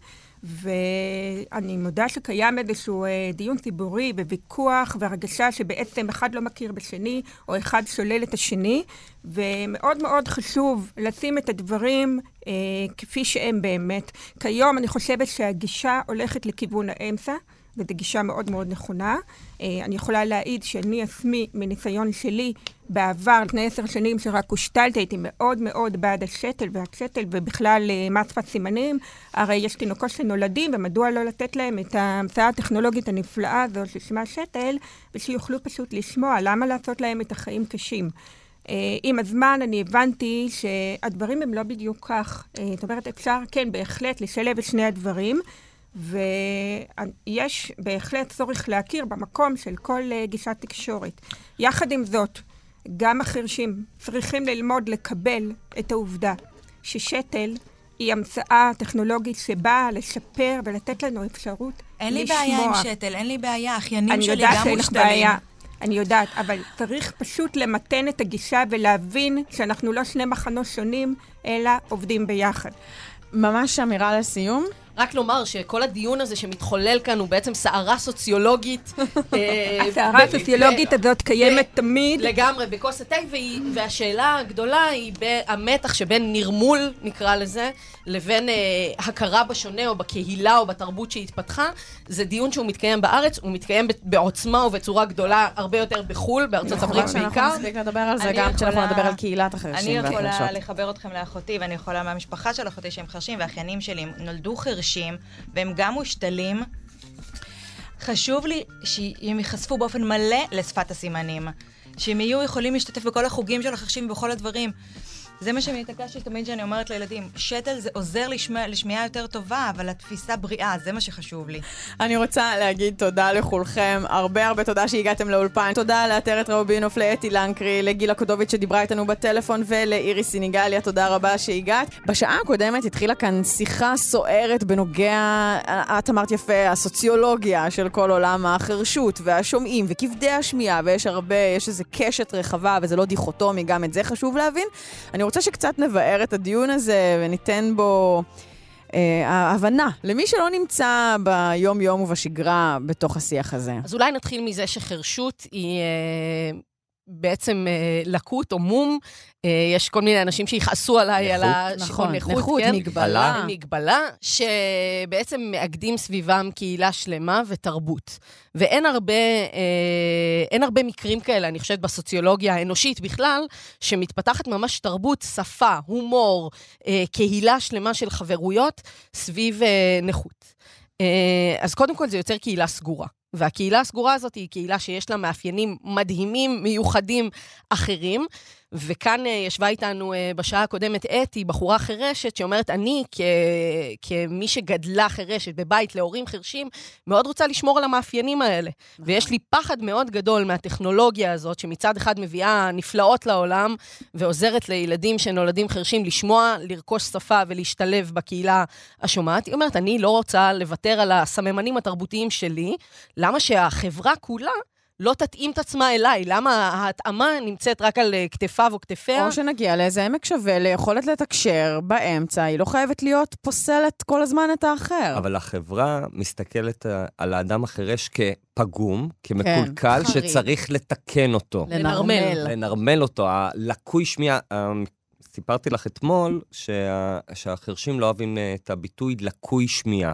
ואני מודה שקיים איזשהו דיון ציבורי וויכוח והרגשה שבעצם אחד לא מכיר בשני או אחד שולל את השני, ומאוד מאוד חשוב לשים את הדברים כפי שהם באמת. כיום אני חושבת שהגישה הולכת לכיוון האמצע, וזו גישה מאוד מאוד נכונה. אני יכולה להעיד שאני עצמי, מניסיון שלי, בעבר, לפני 10 שנים שרק הושתלתי, הייתי מאוד מאוד בעד השתל והשתל, ובכלל שפת סימנים. הרי יש תינוקות שנולדים, ומדוע לא לתת להם את ההמצאה הטכנולוגית הנפלאה הזו ששמה שתל, ושיוכלו פשוט לשמוע, למה לעשות להם את החיים קשים. עם הזמן אני הבנתי שהדברים הם לא בדיוק כך. זאת אומרת, אפשר, כן, בהחלט לשלב את שני הדברים, ויש בהחלט צורך להכיר במקום של כל גישת תקשורת. יחד עם זאת, גם החרשים צריכים ללמוד לקבל את העובדה ששתל היא המצאה טכנולוגית שבאה לשפר ולתת לנו אפשרות לשמוע. אין לי בעיה עם שתל, אין לי בעיה, אחיינים שלי גם מושתלים. אני יודעת, אבל צריך פשוט למתן את הגישה ולהבין שאנחנו לא שני מחנות שונים, אלא עובדים ביחד. ממש אמירה לסיום. רק לומר שכל הדיון הזה שמתחולל כאן הוא בעצם סערה סוציולוגית. הסערה הסוציולוגית הזאת קיימת תמיד. לגמרי, בכוס התה, והשאלה הגדולה היא המתח שבין נרמול, נקרא לזה, לבין הכרה בשונה או בקהילה או בתרבות שהתפתחה. זה דיון שהוא מתקיים בארץ, הוא מתקיים בעוצמה ובצורה גדולה הרבה יותר בחול, בארצות הברית בעיקר. אנחנו נספיק לדבר על זה גם כשאנחנו נדבר על קהילת החרשים והחרשות. אני יכולה לחבר אתכם לאחותי, ואני יכולה מהמשפחה של אחותי שהם חרשים, והאחיינים שלי נולדו חרשים, והם גם מושתלים. חשוב לי שהם ייחשפו באופן מלא לשפת הסימנים, שהם יהיו יכולים להשתתף בכל החוגים של החרשים ובכל הדברים. זה מה שמתעקשתי תמיד שאני אומרת לילדים, שתל זה עוזר לשמיעה יותר טובה, אבל התפיסה בריאה, זה מה שחשוב לי. אני רוצה להגיד תודה לכולכם, הרבה תודה שהגעתם לאולפן. תודה לעטרת ראובינוף, לאתי לנקרי, לגילה קודוביץ' שדיברה איתנו בטלפון, ולאיריס סינגליה, תודה רבה שהגעת. בשעה הקודמת התחילה כאן שיחה סוערת בנוגע, את אמרת יפה, הסוציולוגיה של כל עולם החרשות והשומעים וכבדי השמיעה, ויש איזו קשת רחבה, וזה לא דיכוטומי, גם את זה חשוב להבין. אני רוצה רוצה שקצת נבאר את הדיון הזה וניתן בו ההבנה למי שלא נמצא ביום-יום ובשגרה בתוך השיח הזה. אז אולי נתחיל מזה שחרשות היא בעצם לקות או מום. יש כל מיני אנשים שיחסו עליי על נכות, מגבלה, שבעצם מאגדים סביבם קהילה שלמה ותרבות. ואין הרבה מקרים כאלה, אני חושבת בסוציולוגיה האנושית בכלל, שמתפתחת ממש תרבות, שפה, הומור, קהילה שלמה של חברויות סביב נכות. אז קודם כל זה יוצר קהילה סגורה. והקהילה הסגורה הזאת היא קהילה שיש לה מאפיינים מדהימים, מיוחדים אחרים, וכאן ישבה איתנו בשעה הקודמת אתי, בחורה חרשת, שאומרת, אני כמי שגדלה חרשת בבית להורים חרשים, מאוד רוצה לשמור על המאפיינים האלה. ויש לי פחד מאוד גדול מהטכנולוגיה הזאת, שמצד אחד מביאה נפלאות לעולם, ועוזרת לילדים שנולדים חרשים לשמוע, לרכוש שפה ולהשתלב בקהילה השומעת. היא אומרת, אני לא רוצה לוותר על הסממנים התרבותיים שלי, למה שהחברה כולה לא תתאים את עצמה אליי? למה ההתאמה נמצאת רק על כתפיו או כתפיה? או שנגיע לאיזה עמק שווה, ליכולת לתקשר באמצע, היא לא חייבת להיות פוסלת כל הזמן את האחר. אבל החברה מסתכלת על האדם החרש כפגום, כמקולקל, שצריך לתקן אותו. לנרמל אותו. הלקוי שמיעה, סיפרתי לך אתמול, שהחרשים לא אוהבים את הביטוי לקוי שמיעה.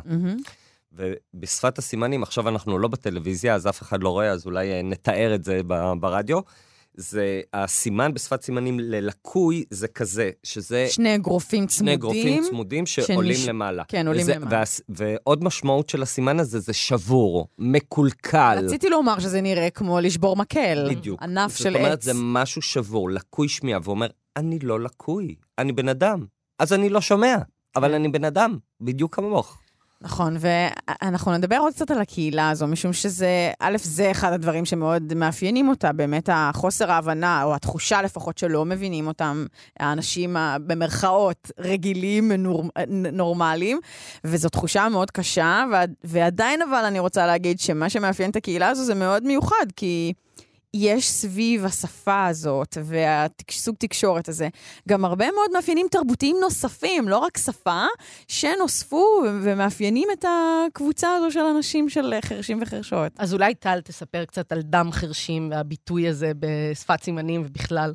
ובשפת הסימנים, עכשיו אנחנו לא בטלוויזיה, אז אף אחד לא רואה, אז אולי נתאר את זה ברדיו. זה הסימן בשפת סימנים ללקוי, זה כזה, שזה שני אגרופים צמודים שעולים למעלה. כן, עולים למעלה. ועוד משמעות של הסימן הזה, זה שבור, מקולקל. רציתי לומר שזה נראה כמו לשבור מקל. בדיוק. ענף של עץ. זאת אומרת, זה משהו שבור, לקוי שמיעה, ואומר, אני לא לקוי, אני בן אדם. אז אני לא שומע, אבל אני בן אדם, בדיוק כמוך. נכון, ואנחנו נדבר עוד קצת על הקהילה הזו, משום שזה, א', זה אחד הדברים שמאוד מאפיינים אותה, באמת החוסר ההבנה, או התחושה לפחות שלא מבינים אותם, האנשים במרכאות רגילים, נורמליים, וזו תחושה מאוד קשה, ועדיין אבל אני רוצה להגיד שמה שמאפיין את הקהילה הזו זה מאוד מיוחד, כי יש סביב השפה הזאת והסוג תקשורת הזה גם הרבה מאוד מאפיינים תרבותיים נוספים, לא רק שפה, שנוספו ומאפיינים את הקבוצה הזו של אנשים של חרשים וחרשות. אז אולי טל תספר קצת על דם חרשים והביטוי הזה בשפת סימנים ובכלל.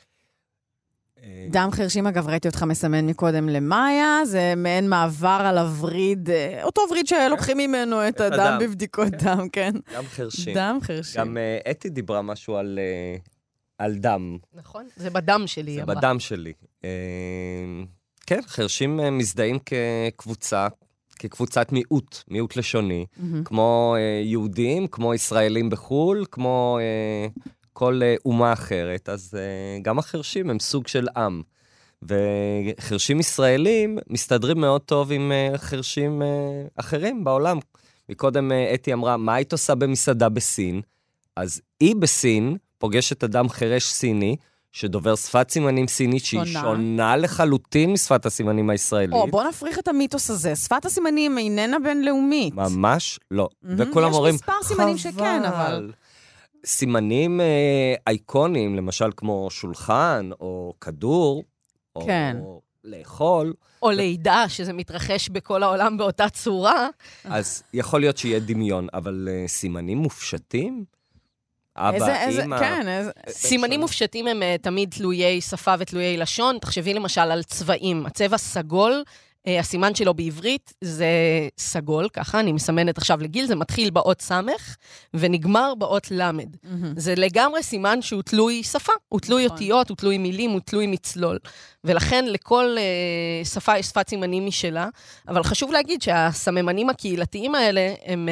דם חרשים, אגב, ראיתי אותך מסמן מקודם למאיה, זה מעין מעבר על הווריד, אותו וריד שלוקחים ממנו את הדם בבדיקות דם, כן. דם חרשים. דם חרשים. גם אתי דיברה משהו על דם. נכון, זה בדם שלי. זה בדם שלי. כן, חרשים מזדהים כקבוצת מיעוט לשוני, כמו יהודים, כמו ישראלים בחול, כמו כל אומה אחרת, אז גם החרשים הם סוג של עם. וחרשים ישראלים מסתדרים מאוד טוב עם חרשים אחרים בעולם. מקודם אתי אמרה, מה היית עושה במסעדה בסין? אז היא בסין פוגשת אדם חרש סיני, שדובר שפת סימנים סינית, שהיא שונה לחלוטין משפת הסימנים הישראלית. בוא נפריך את המיתוס הזה. שפת הסימנים איננה בינלאומית. ממש לא. וכולם אומרים, יש מספר סימנים שכן, אבל סימנים אייקונים, למשל כמו שולחן, או כדור, כן. או לאכול. או לידה, שזה מתרחש בכל העולם באותה צורה. אז יכול להיות שיהיה דמיון, אבל סימנים מופשטים? אבא, אמא. כן, סימנים מופשטים הם תמיד תלויי שפה ותלויי לשון. תחשבי למשל על צבעים. הצבע סגול, הסימן שלו בעברית זה סגול, ככה, אני מסמנת עכשיו לגיל, זה מתחיל באות סמך, ונגמר באות למד. זה לגמרי סימן שהוא תלוי שפה, הוא תלוי אותיות, הוא תלוי מילים, הוא תלוי מצלול. ולכן לכל שפה יש שפת סימנים משלה, אבל חשוב להגיד שהסממנים הקהילתיים האלה הם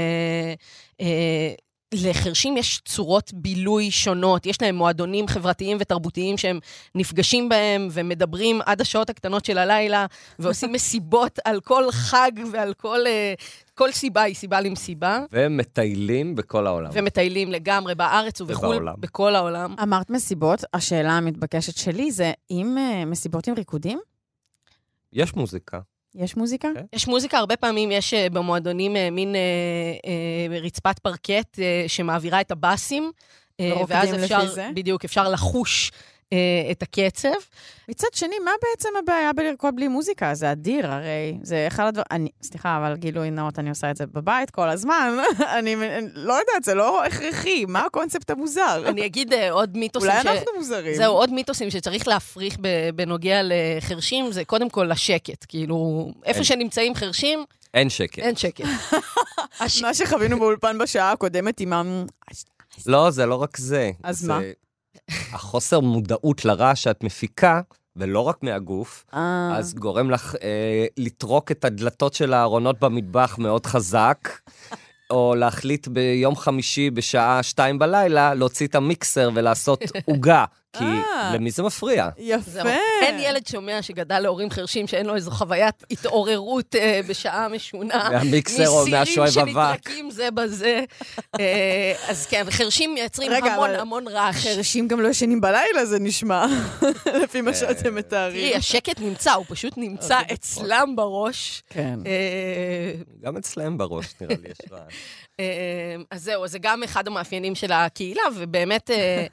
לחרשים יש צורות בילוי שונות, יש להם מועדונים חברתיים ותרבותיים שהם נפגשים בהם ומדברים עד השעות הקטנות של הלילה, ועושים מסיבות על כל חג ועל כל סיבה היא סיבה למסיבה. ומטיילים בכל העולם. ומטיילים לגמרי בארץ ובחול, בכל העולם. אמרת מסיבות, השאלה המתבקשת שלי זה, אם מסיבות עם ריקודים? יש מוזיקה. יש מוזיקה? יש מוזיקה, הרבה פעמים יש במועדונים מין רצפת פרקט שמעבירה את הבאסים, ואז אפשר, בדיוק, אפשר לחוש את הקצב. מצד שני, מה בעצם הבעיה בלרקוד בלי מוזיקה? זה אדיר, הרי זה אחד הדברים... סליחה, אבל גילוי נאות, אני עושה את זה בבית כל הזמן. אני לא יודעת, זה לא הכרחי. מה הקונספט המוזר? אני אגיד עוד מיתוסים אולי אנחנו מוזרים. זהו, עוד מיתוסים שצריך להפריך בנוגע לחרשים, זה קודם כל לשקט. כאילו, איפה שנמצאים חרשים... אין שקט. אין שקט. מה שחווינו באולפן בשעה הקודמת עם... לא, זה לא רק זה. אז מה? החוסר מודעות לרעש שאת מפיקה, ולא רק מהגוף, אז גורם לך לטרוק את הדלתות של הארונות במטבח מאוד חזק, או להחליט ביום חמישי בשעה 2 בלילה, להוציא את המיקסר ולעשות עוגה. כי למי זה מפריע? יפה. אין ילד שומע שגדל להורים חרשים שאין לו איזו חוויית התעוררות בשעה משונה. מהמיקסר או מהשואב אבק. מסירים שנטרקים זה בזה. אז כן, חרשים מייצרים המון רעש. חרשים גם לא ישנים בלילה, זה נשמע, לפי מה שאתם מתארים. תראי, השקט נמצא, הוא פשוט נמצא אצלם בראש. כן. גם אצלם בראש, נראה לי, יש רעש. אז זהו, זה גם אחד המאפיינים של הקהילה, ובאמת,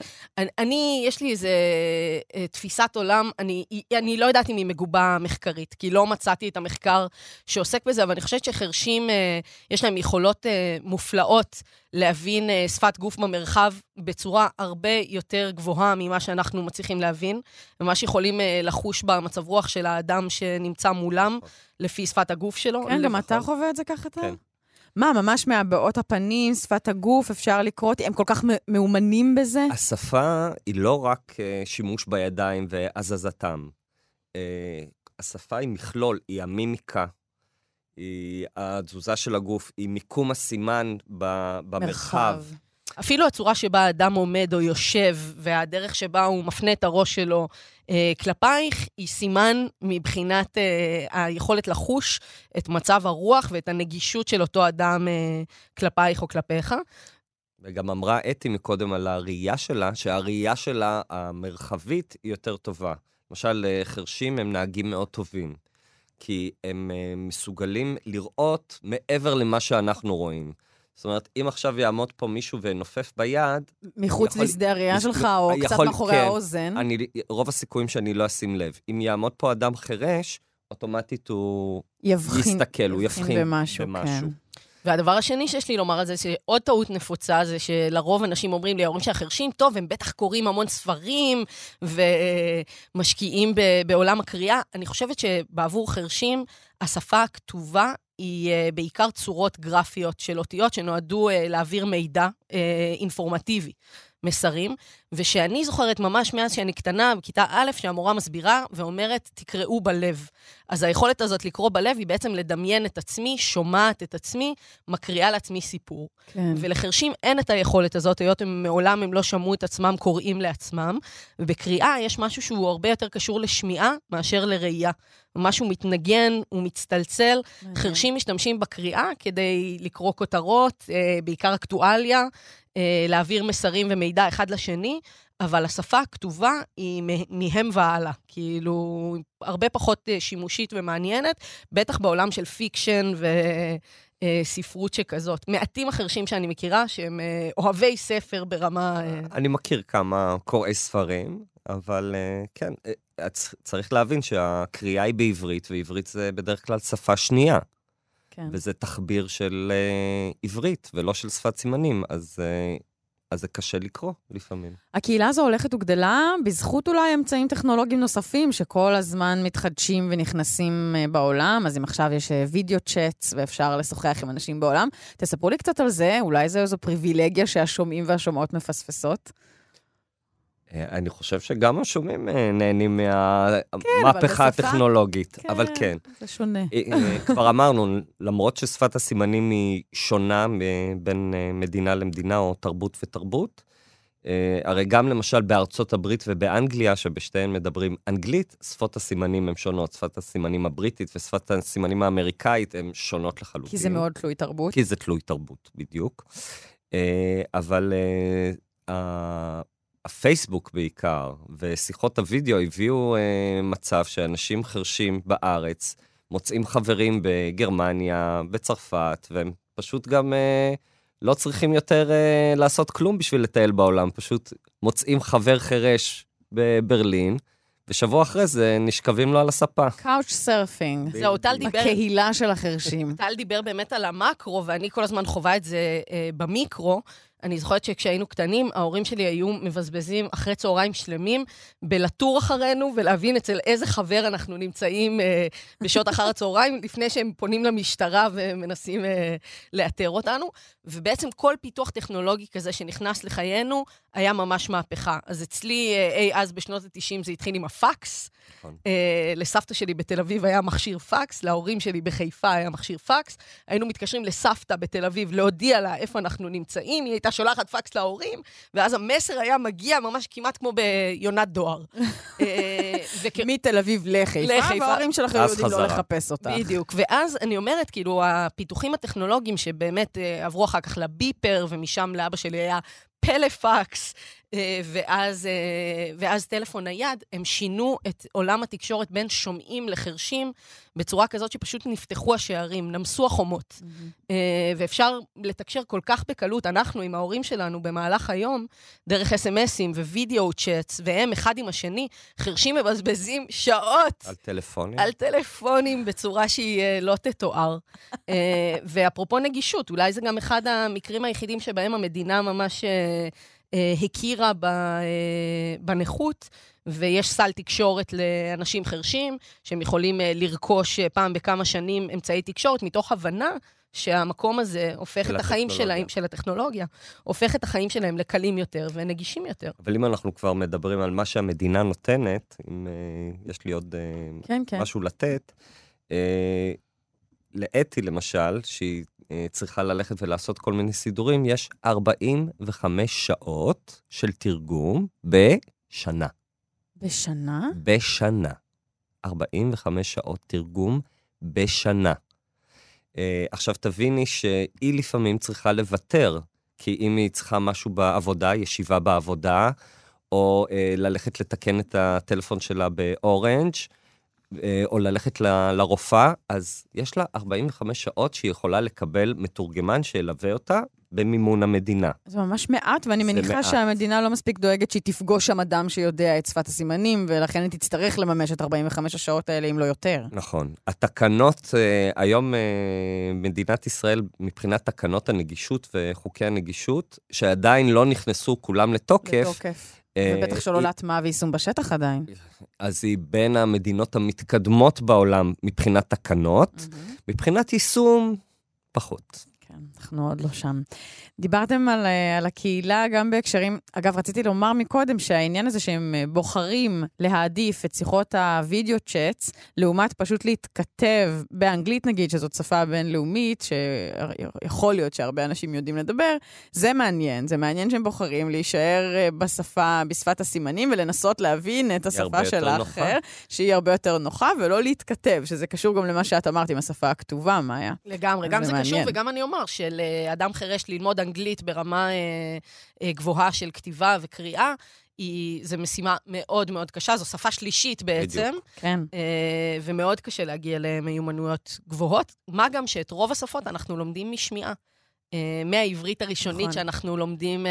יש לי איזו תפיסת עולם, אני לא יודעת אם היא מגובה מחקרית, כי לא מצאתי את המחקר שעוסק בזה, אבל אני חושבת שחרשים, יש להם יכולות מופלאות להבין שפת גוף במרחב בצורה הרבה יותר גבוהה ממה שאנחנו מצליחים להבין, ממש יכולים לחוש במצב רוח של האדם שנמצא מולם, לפי שפת הגוף שלו. כן, גם אתה חווה את זה ככה, אתה? מה, ממש מהבעות הפנים, שפת הגוף, אפשר לקרות? הם כל כך מאומנים בזה? השפה היא לא רק שימוש בידיים והזזתם. השפה היא מכלול, היא המימיקה, היא התזוזה של הגוף, היא מיקום הסימן במרחב. אפילו הצורה שבה האדם עומד או יושב, והדרך שבה הוא מפנה את הראש שלו כלפייך, היא סימן מבחינת היכולת לחוש את מצב הרוח ואת הנגישות של אותו אדם כלפייך או כלפיך. וגם אמרה אתי מקודם על הראייה שלה, שהראייה שלה המרחבית היא יותר טובה. למשל, חרשים הם נהגים מאוד טובים, כי הם מסוגלים לראות מעבר למה שאנחנו רואים. זאת אומרת, אם עכשיו יעמוד פה מישהו ונופף ביד... מחוץ לשדה הראייה שלך, או קצת מאחורי האוזן. רוב הסיכויים שאני לא אשים לב. אם יעמוד פה אדם חרש, אוטומטית הוא יסתכל, הוא יבחין במשהו. והדבר השני שיש לי לומר על זה, שעוד טעות נפוצה, זה שלרוב אנשים אומרים לי, ההורים שהחרשים, טוב, הם בטח קוראים המון ספרים, ומשקיעים בעולם הקריאה. אני חושבת שבעבור חרשים, השפה הכתובה היא בעיקר צורות גרפיות של אותיות, שנועדו להעביר מידע אינפורמטיבי, מסרים, ושאני זוכרת ממש מאז שאני קטנה, בכיתה א', שהמורה מסבירה ואומרת, תקראו בלב. אז היכולת הזאת לקרוא בלב היא בעצם לדמיין את עצמי, שומעת את עצמי, מקריאה לעצמי סיפור. כן. ולחרשים אין את היכולת הזאת, היות מעולם הם לא שמעו את עצמם, קוראים לעצמם, ובקריאה יש משהו שהוא הרבה יותר קשור לשמיעה מאשר לראייה. משהו מתנגן ומצטלצל. חרשים משתמשים בקריאה כדי לקרוא כותרות, בעיקר אקטואליה, להעביר מסרים ומידע אחד לשני, אבל השפה הכתובה היא מהם והלאה. כאילו, הרבה פחות שימושית ומעניינת, בטח בעולם של פיקשן וספרות שכזאת. מעטים החרשים שאני מכירה, שהם אוהבי ספר ברמה... אני מכיר כמה קוראי ספרים, אבל כן, צריך להבין שהקריאה היא בעברית, ועברית זה בדרך כלל שפה שנייה. כן. וזה תחביר של עברית, ולא של שפת סימנים, אז זה קשה לקרוא לפעמים. הקהילה הזו הולכת וגדלה, בזכות אולי אמצעים טכנולוגיים נוספים, שכל הזמן מתחדשים ונכנסים בעולם, אז אם עכשיו יש וידאו צ'אטס, ואפשר לשוחח עם אנשים בעולם, תספרו לי קצת על זה, אולי זה איזו פריבילגיה שהשומעים והשומעות מפספסות. אני חושב שגם השומעים נהנים מהמהפכה הטכנולוגית, אבל כן. זה שונה. כבר אמרנו, למרות ששפת הסימנים היא שונה בין מדינה למדינה או תרבות ותרבות, הרי גם למשל בארצות הברית ובאנגליה, שבשתיהן מדברים אנגלית, שפות הסימנים הן שונות. שפת הסימנים הבריטית ושפת הסימנים האמריקאית הן שונות לחלוטין. כי זה מאוד תלוי תרבות. כי זה תלוי תרבות, בדיוק. אבל הפייסבוק בעיקר, ושיחות הוידאו הביאו מצב שאנשים חרשים בארץ, מוצאים חברים בגרמניה, בצרפת, והם פשוט גם לא צריכים יותר לעשות כלום בשביל לטייל בעולם, פשוט מוצאים חבר חרש בברלין, ושבוע אחרי זה נשכבים לו על הספה. קאוץ' סרפינג. זהו, טל דיבר... הקהילה של החרשים. טל דיבר באמת על המקרו, ואני כל הזמן חווה את זה במיקרו. אני זוכרת שכשהיינו קטנים, ההורים שלי היו מבזבזים אחרי צהריים שלמים, בלטור אחרינו, ולהבין אצל איזה חבר אנחנו נמצאים בשעות אחר הצהריים, לפני שהם פונים למשטרה ומנסים לאתר אותנו. ובעצם כל פיתוח טכנולוגי כזה שנכנס לחיינו, היה ממש מהפכה. אז אצלי, אז בשנות ה-90 זה התחיל עם הפקס. לסבתא שלי בתל אביב היה מכשיר פקס, להורים שלי בחיפה היה מכשיר פקס. היינו מתקשרים לסבתא בתל אביב, להודיע לה איפה אנחנו נמצאים, היא הייתה שולחת פקס להורים, ואז המסר היה מגיע ממש כמעט כמו ביונת דואר. מתל אביב לחיפה, וההורים שלכם יודעים לא לחפש אותך. בדיוק, ואז אני אומרת, כאילו, הפיתוחים הטכנולוגיים שבאמת עברו אחר כך לביפר, ומשם לאבא שלי היה פלאפקס, ואז טלפון נייד, הם שינו את עולם התקשורת בין שומעים לחרשים, בצורה כזאת שפשוט נפתחו השערים, נמסו החומות. ואפשר לתקשר כל כך בקלות, אנחנו עם ההורים שלנו במהלך היום, דרך SMSים ווידאו צ'אטס, והם אחד עם השני, חרשים מבזבזים שעות. על טלפונים? על טלפונים בצורה שהיא לא תתואר. ואפרופו נגישות, אולי זה גם אחד המקרים היחידים שבהם המדינה ממש הכירה בנכות, ויש סל תקשורת לאנשים חרשים, שהם יכולים לרכוש פעם בכמה שנים אמצעי תקשורת, מתוך הבנה שהמקום הזה הופך את החיים שלהם, של הטכנולוגיה, הופך את החיים שלהם לקלים יותר ונגישים יותר. אבל אם אנחנו כבר מדברים על מה שהמדינה נותנת, אם יש לי עוד משהו לתת, לאתי למשל, שהיא צריכה ללכת ולעשות כל מיני סידורים, יש 45 שעות של תרגום בשנה. בשנה? בשנה. 45 שעות תרגום בשנה. עכשיו תביני שהיא לפעמים צריכה לוותר, כי אם היא צריכה משהו בעבודה, ישיבה בעבודה, או ללכת לתקן את הטלפון שלה באורנג', או ללכת לרופאה, אז יש לה 45 שעות שהיא יכולה לקבל מתורגמן שילווה אותה במימון המדינה. זה ממש מעט, ואני מניחה שהמדינה לא מספיק דואגת שהיא תפגוש שם אדם שיודע את שפת הסימנים, ולכן היא תצטרך לממש את 45 השעות האלה, אם לא יותר. נכון. התקנות, היום מדינת ישראל, מבחינת תקנות הנגישות וחוקי הנגישות, שעדיין לא נכנסו כולם לתוקף, ובטח שלא להטמעה ויישום בשטח עדיין. אז היא בין המדינות המתקדמות בעולם מבחינת תקנות, מבחינת יישום פחות. כן, אנחנו עוד לא שם. דיברתם על הקהילה גם בהקשרים, אגב, רציתי לומר מקודם שהעניין הזה שהם בוחרים להעדיף את שיחות הוידאו צ'אטס, לעומת פשוט להתכתב באנגלית נגיד, שזאת שפה בינלאומית, שיכול להיות שהרבה אנשים יודעים לדבר, זה מעניין. זה מעניין שהם בוחרים להישאר בשפת הסימנים, ולנסות להבין את השפה של האחר, שהיא הרבה יותר נוחה, ולא להתכתב, שזה קשור גם למה שאת אמרת עם השפה הכתובה, מאיה. לגמרי, גם זה קשור, וגם אני אומר שלאדם חרש ללמוד אנגלית ברמה גבוהה של כתיבה וקריאה, זו משימה מאוד מאוד קשה, זו שפה שלישית בעצם, כן. ומאוד קשה להגיע למיומנויות גבוהות, מה גם שאת רוב השפות אנחנו לומדים משמיעה, מהעברית הראשונית שאנחנו לומדים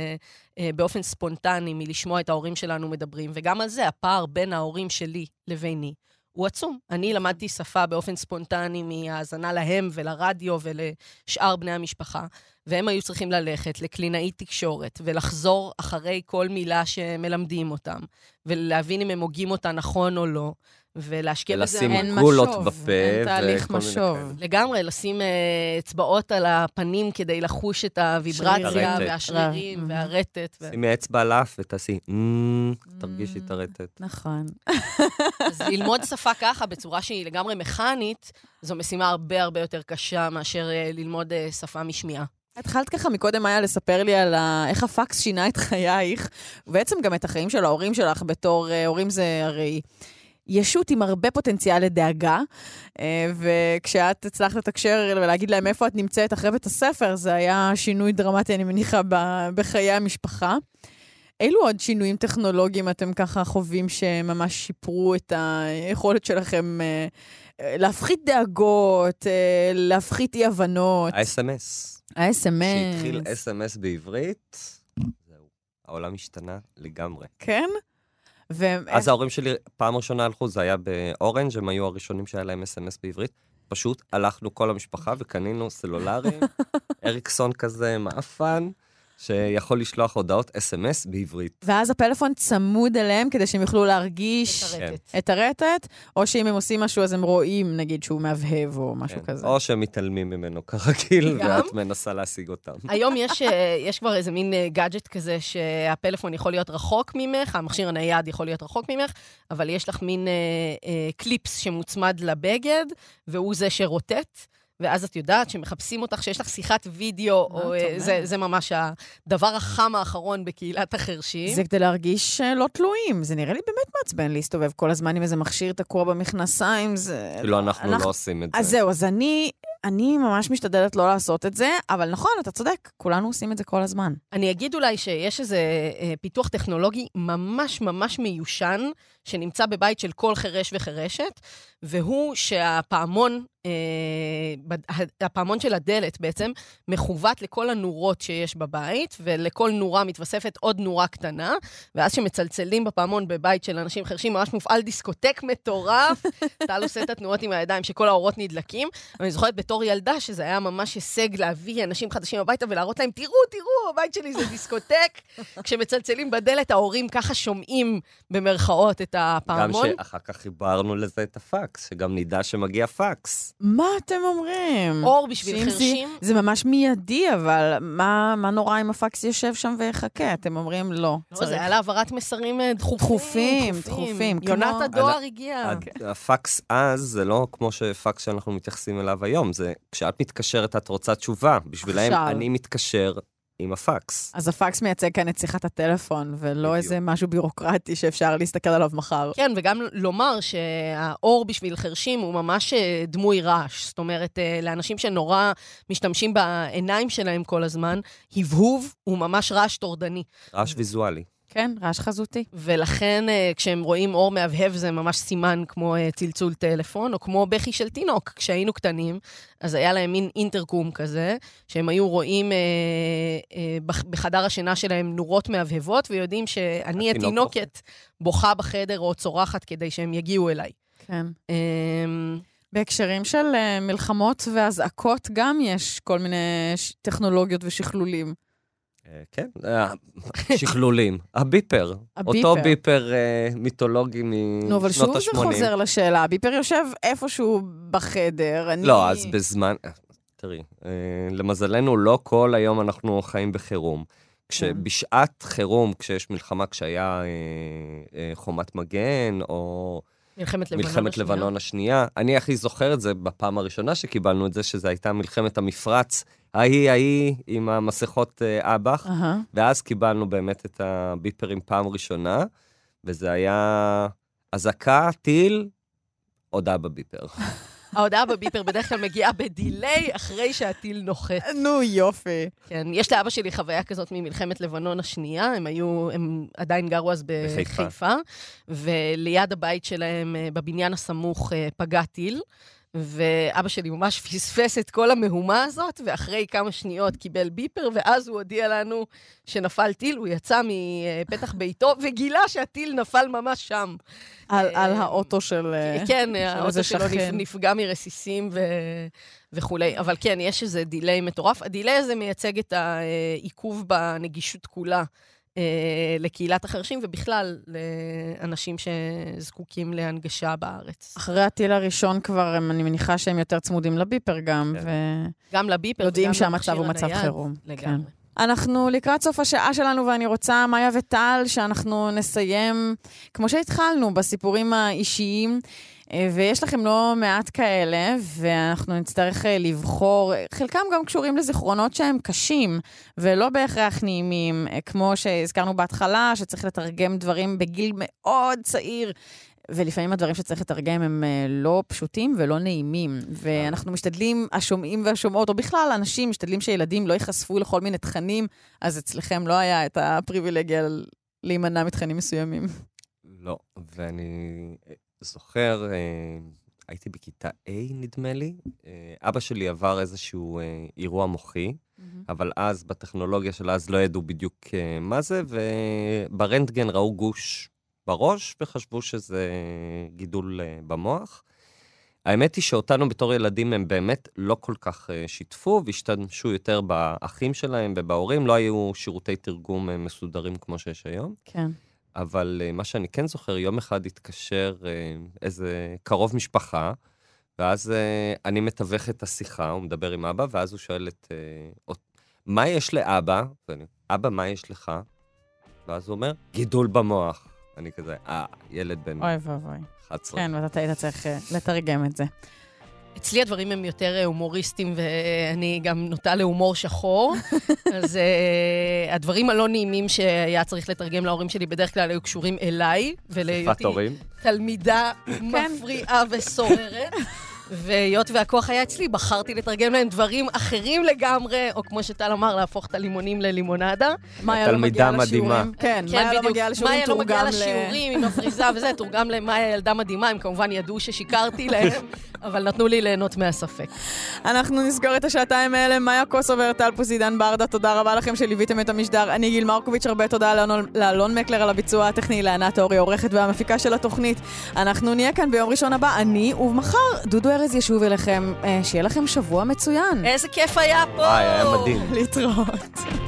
באופן ספונטני, מלשמוע את ההורים שלנו מדברים, וגם על זה הפער בין ההורים שלי לביני, הוא עצום. אני למדתי שפה באופן ספונטני מהאזנה להם ולרדיו ולשאר בני המשפחה, והם היו צריכים ללכת לקלינאית תקשורת, ולחזור אחרי כל מילה שמלמדים אותם, ולהבין אם הם הוגים אותה נכון או לא, ולהשקיע בזה. ולשים גולות בפה. אין תהליך משוב. לגמרי, לשים אצבעות על הפנים כדי לחוש את הוויברציה והשרירים והרטט. שימי אצבע על אף ותעשי, תרגישי את הרטט. נכון. אז ללמוד שפה ככה בצורה שהיא לגמרי מכנית, זו משימה הרבה הרבה יותר קשה מאשר ללמוד שפה משמיעה. התחלת ככה מקודם היה לספר לי על איך הפקס שינה את חייך, ובעצם גם את החיים של ההורים שלך בתור הורים זה הרי ישות עם הרבה פוטנציאל לדאגה, וכשאת הצלחת לתקשר ולהגיד להם איפה את נמצאת אחרי בית הספר, זה היה שינוי דרמטי, אני מניחה, בחיי המשפחה. אילו עוד שינויים טכנולוגיים אתם ככה חווים שממש שיפרו את היכולת שלכם להפחית דאגות, להפחית אי-הבנות? ה-SMS. שהתחיל SMS בעברית, זהו. העולם השתנה לגמרי. כן? אז ההורים שלי פעם ראשונה הלכו, זה היה באורנג', הם היו הראשונים שהיה להם SMS בעברית. פשוט הלכנו כל המשפחה וקנינו סלולרי, אריקסון כזה, מאפן, שיכול לשלוח הודעות SMS בעברית. ואז הפלאפון צמוד אליהם כדי שהם יוכלו להרגיש את הרטט, או שאם הם עושים משהו אז הם רואים, נגיד, שהוא מהבהב או משהו כזה. או שהם מתעלמים ממנו כרגיל, ואת מנסה להשיג אותם. היום יש כבר איזה מין גאדג'ט כזה שהפלאפון יכול להיות רחוק ממך, המכשיר הנייד יכול להיות רחוק ממך, אבל יש לך מין קליפס שמוצמד לבגד, והוא זה שרוטט. ואז את יודעת שמחפשים אותך, שיש לך שיחת וידאו, או זה ממש הדבר החם האחרון בקהילת החרשים. זה כדי להרגיש לא תלויים. זה נראה לי באמת מעצבן להסתובב כל הזמן עם איזה מכשיר תקוע במכנסיים. כאילו אנחנו לא עושים את זה. אז זהו, אז אני ממש משתדלת לא לעשות את זה, אבל נכון, אתה צודק, כולנו עושים את זה כל הזמן. אני אגיד אולי שיש איזה פיתוח טכנולוגי ממש ממש מיושן, שנמצא בבית של כל חרש וחרשת, והוא שהפעמון, הפעמון של הדלת בעצם, מחוות לכל הנורות שיש בבית, ולכל נורה מתווספת עוד נורה קטנה, ואז שמצלצלים בפעמון בבית של אנשים חרשים, ממש מופעל דיסקוטק מטורף, אתה עושה את התנועות עם הידיים שכל האורות נדלקים, ואני זוכרת בתור ילדה שזה היה ממש הישג להביא אנשים חדשים הביתה ולהראות להם, תראו, הבית שלי זה דיסקוטק. כשמצלצלים בדלת, ההורים ככה שומעים במרכאות את הפעמון. גם שאחר כך חיברנו לזה את הפקס, שגם נדע שמגיע פקס. מה אתם אומרים? אור בשביל חרשים? זה ממש מיידי, אבל מה נורא אם הפקס יושב שם ויחכה? אתם אומרים לא. לא, זה היה להעברת מסרים דחופים. יונת הדואר הגיע. הפקס אז זה לא כמו שפקס שאנחנו מתייחסים אליו היום, זה כשאת מתקשרת את רוצה תשובה, בשבילהם אני מתקשר עם הפקס. אז הפקס מייצג כאן את שיחת הטלפון, ולא איזה משהו בירוקרטי שאפשר להסתכל עליו מחר. כן, וגם לומר שהאור בשביל חרשים הוא ממש דמוי רעש. זאת אומרת, לאנשים שנורא משתמשים בעיניים שלהם כל הזמן, הבהוב הוא ממש רעש טורדני. רעש ויזואלי. כן, רעש חזותי. ולכן כשהם רואים אור מהבהב זה ממש סימן כמו צלצול טלפון, או כמו בכי של תינוק. כשהיינו קטנים, אז היה להם מין אינטרקום כזה, שהם היו רואים בחדר השינה שלהם נורות מהבהבות, ויודעים שאני התינוקת בוכה בחדר או צורחת כדי שהם יגיעו אליי. כן. בהקשרים של מלחמות והזעקות גם יש כל מיני טכנולוגיות ושכלולים. כן, שכלולים. הביפר. אותו ביפר מיתולוגי משנות ה-80. נו, אבל שוב זה חוזר לשאלה. הביפר יושב איפשהו בחדר. לא, אז בזמן... תראי, למזלנו לא כל היום אנחנו חיים בחירום. כשבשעת חירום, כשיש מלחמה, כשהיה חומת מגן, או... מלחמת לבנון השנייה. אני הכי זוכר את זה בפעם הראשונה שקיבלנו את זה, שזה הייתה מלחמת המפרץ, ההיא עם המסכות אב"ח, ואז קיבלנו באמת את הביפרים פעם ראשונה, וזה היה אזעקה, טיל, הודעה בביפר. ההודעה בביפר בדרך כלל מגיעה בדיליי אחרי שהטיל נוחת. נו, יופי. כן, יש לאבא שלי חוויה כזאת ממלחמת לבנון השנייה, הם עדיין גרו אז בחיפה, וליד הבית שלהם, בבניין הסמוך, פגע טיל, ואבא שלי ממש פספס את כל המהומה הזאת, ואחרי כמה שניות קיבל ביפר, ואז הוא הודיע לנו שנפל טיל, הוא יצא מפתח ביתו, וגילה שהטיל נפל ממש שם. על האוטו של... כן, האוטו שלו נפגע מרסיסים וכולי. אבל כן, יש איזה דיליי מטורף. הדיליי הזה מייצג את העיכוב בנגישות כולה, לקהילת החרשים, ובכלל לאנשים שזקוקים להנגשה בארץ. אחרי הטיל הראשון כבר, אני מניחה שהם יותר צמודים לביפר גם, גם לביפר, יודעים שהמצב הוא מצב חירום. לגמרי. אנחנו לקראת סוף השעה שלנו, ואני רוצה, מאיה וטל, שאנחנו נסיים, כמו שהתחלנו, בסיפורים האישיים, ויש לכם לא מעט כאלה, ואנחנו נצטרך לבחור, חלקם גם קשורים לזיכרונות שהם קשים, ולא בהכרח נעימים, כמו שהזכרנו בהתחלה, שצריך לתרגם דברים בגיל מאוד צעיר, ולפעמים הדברים שצריך לתרגם הם לא פשוטים ולא נעימים, ואנחנו משתדלים, השומעים והשומעות, או בכלל אנשים משתדלים שילדים לא ייחשפו לכל מיני תכנים, אז אצלכם לא היה את הפריבילגיה להימנע מתכנים מסוימים. לא, ואני זוכר, הייתי בכיתה A נדמה לי, אבא שלי עבר איזשהו אירוע מוחי, אבל אז בטכנולוגיה של אז לא ידעו בדיוק מה זה, וברנטגן ראו גוש בראש, וחשבו שזה גידול במוח. האמת היא שאותנו בתור ילדים הם באמת לא כל כך שיתפו, והשתמשו יותר באחים שלהם ובהורים, לא היו שירותי תרגום מסודרים כמו שיש היום. כן. אבל מה שאני כן זוכר, יום אחד התקשר איזה קרוב משפחה, ואז אני מתווך את השיחה, הוא מדבר עם אבא, ואז הוא שואל מה יש לאבא? אבא, מה יש לך? ואז הוא אומר, גידול במוח. אני כזה, ילד בן... אוי ואבוי. 11. כן, ואתה היית צריך לתרגם את זה. אצלי הדברים הם יותר הומוריסטיים, ואני גם נוטה להומור שחור. אז הדברים הלא נעימים שהיה צריך לתרגם להורים שלי, בדרך כלל היו קשורים אליי, ולהיותי תלמידה מפריעה וסוררת. והיות והכוח היה אצלי, בחרתי לתרגם להם דברים אחרים לגמרי, או כמו שטל אמר, להפוך את הלימונים ללימונדה. תלמידה מדהימה. כן, מאיה לא מגיעה לשיעורים, מאיה לא מגיעה לשיעורים, עם הפריזה וזה, תורגם למאיה ילדה מדהימה, הם כמובן ידעו ששיקרתי להם, אבל נתנו לי ליהנות מהספק. אנחנו נסגור את השעתיים האלה. מאיה קוסובר, טל פוסידן ברדה, תודה רבה לכם שליוויתם את המשדר. אני גיל מרקוביץ', הרבה תודה לאלון מקלר על הביצוע הטכני, לענת אורי, עורכת והמפיקה של התוכנית. אנחנו נהיה כאן ביום ראשון הבא, אני ומחר דודו ארז ישוב אליכם. שיהיה לכם שבוע מצוין. איזה כיף היה פה. היה מדהים. להתראות.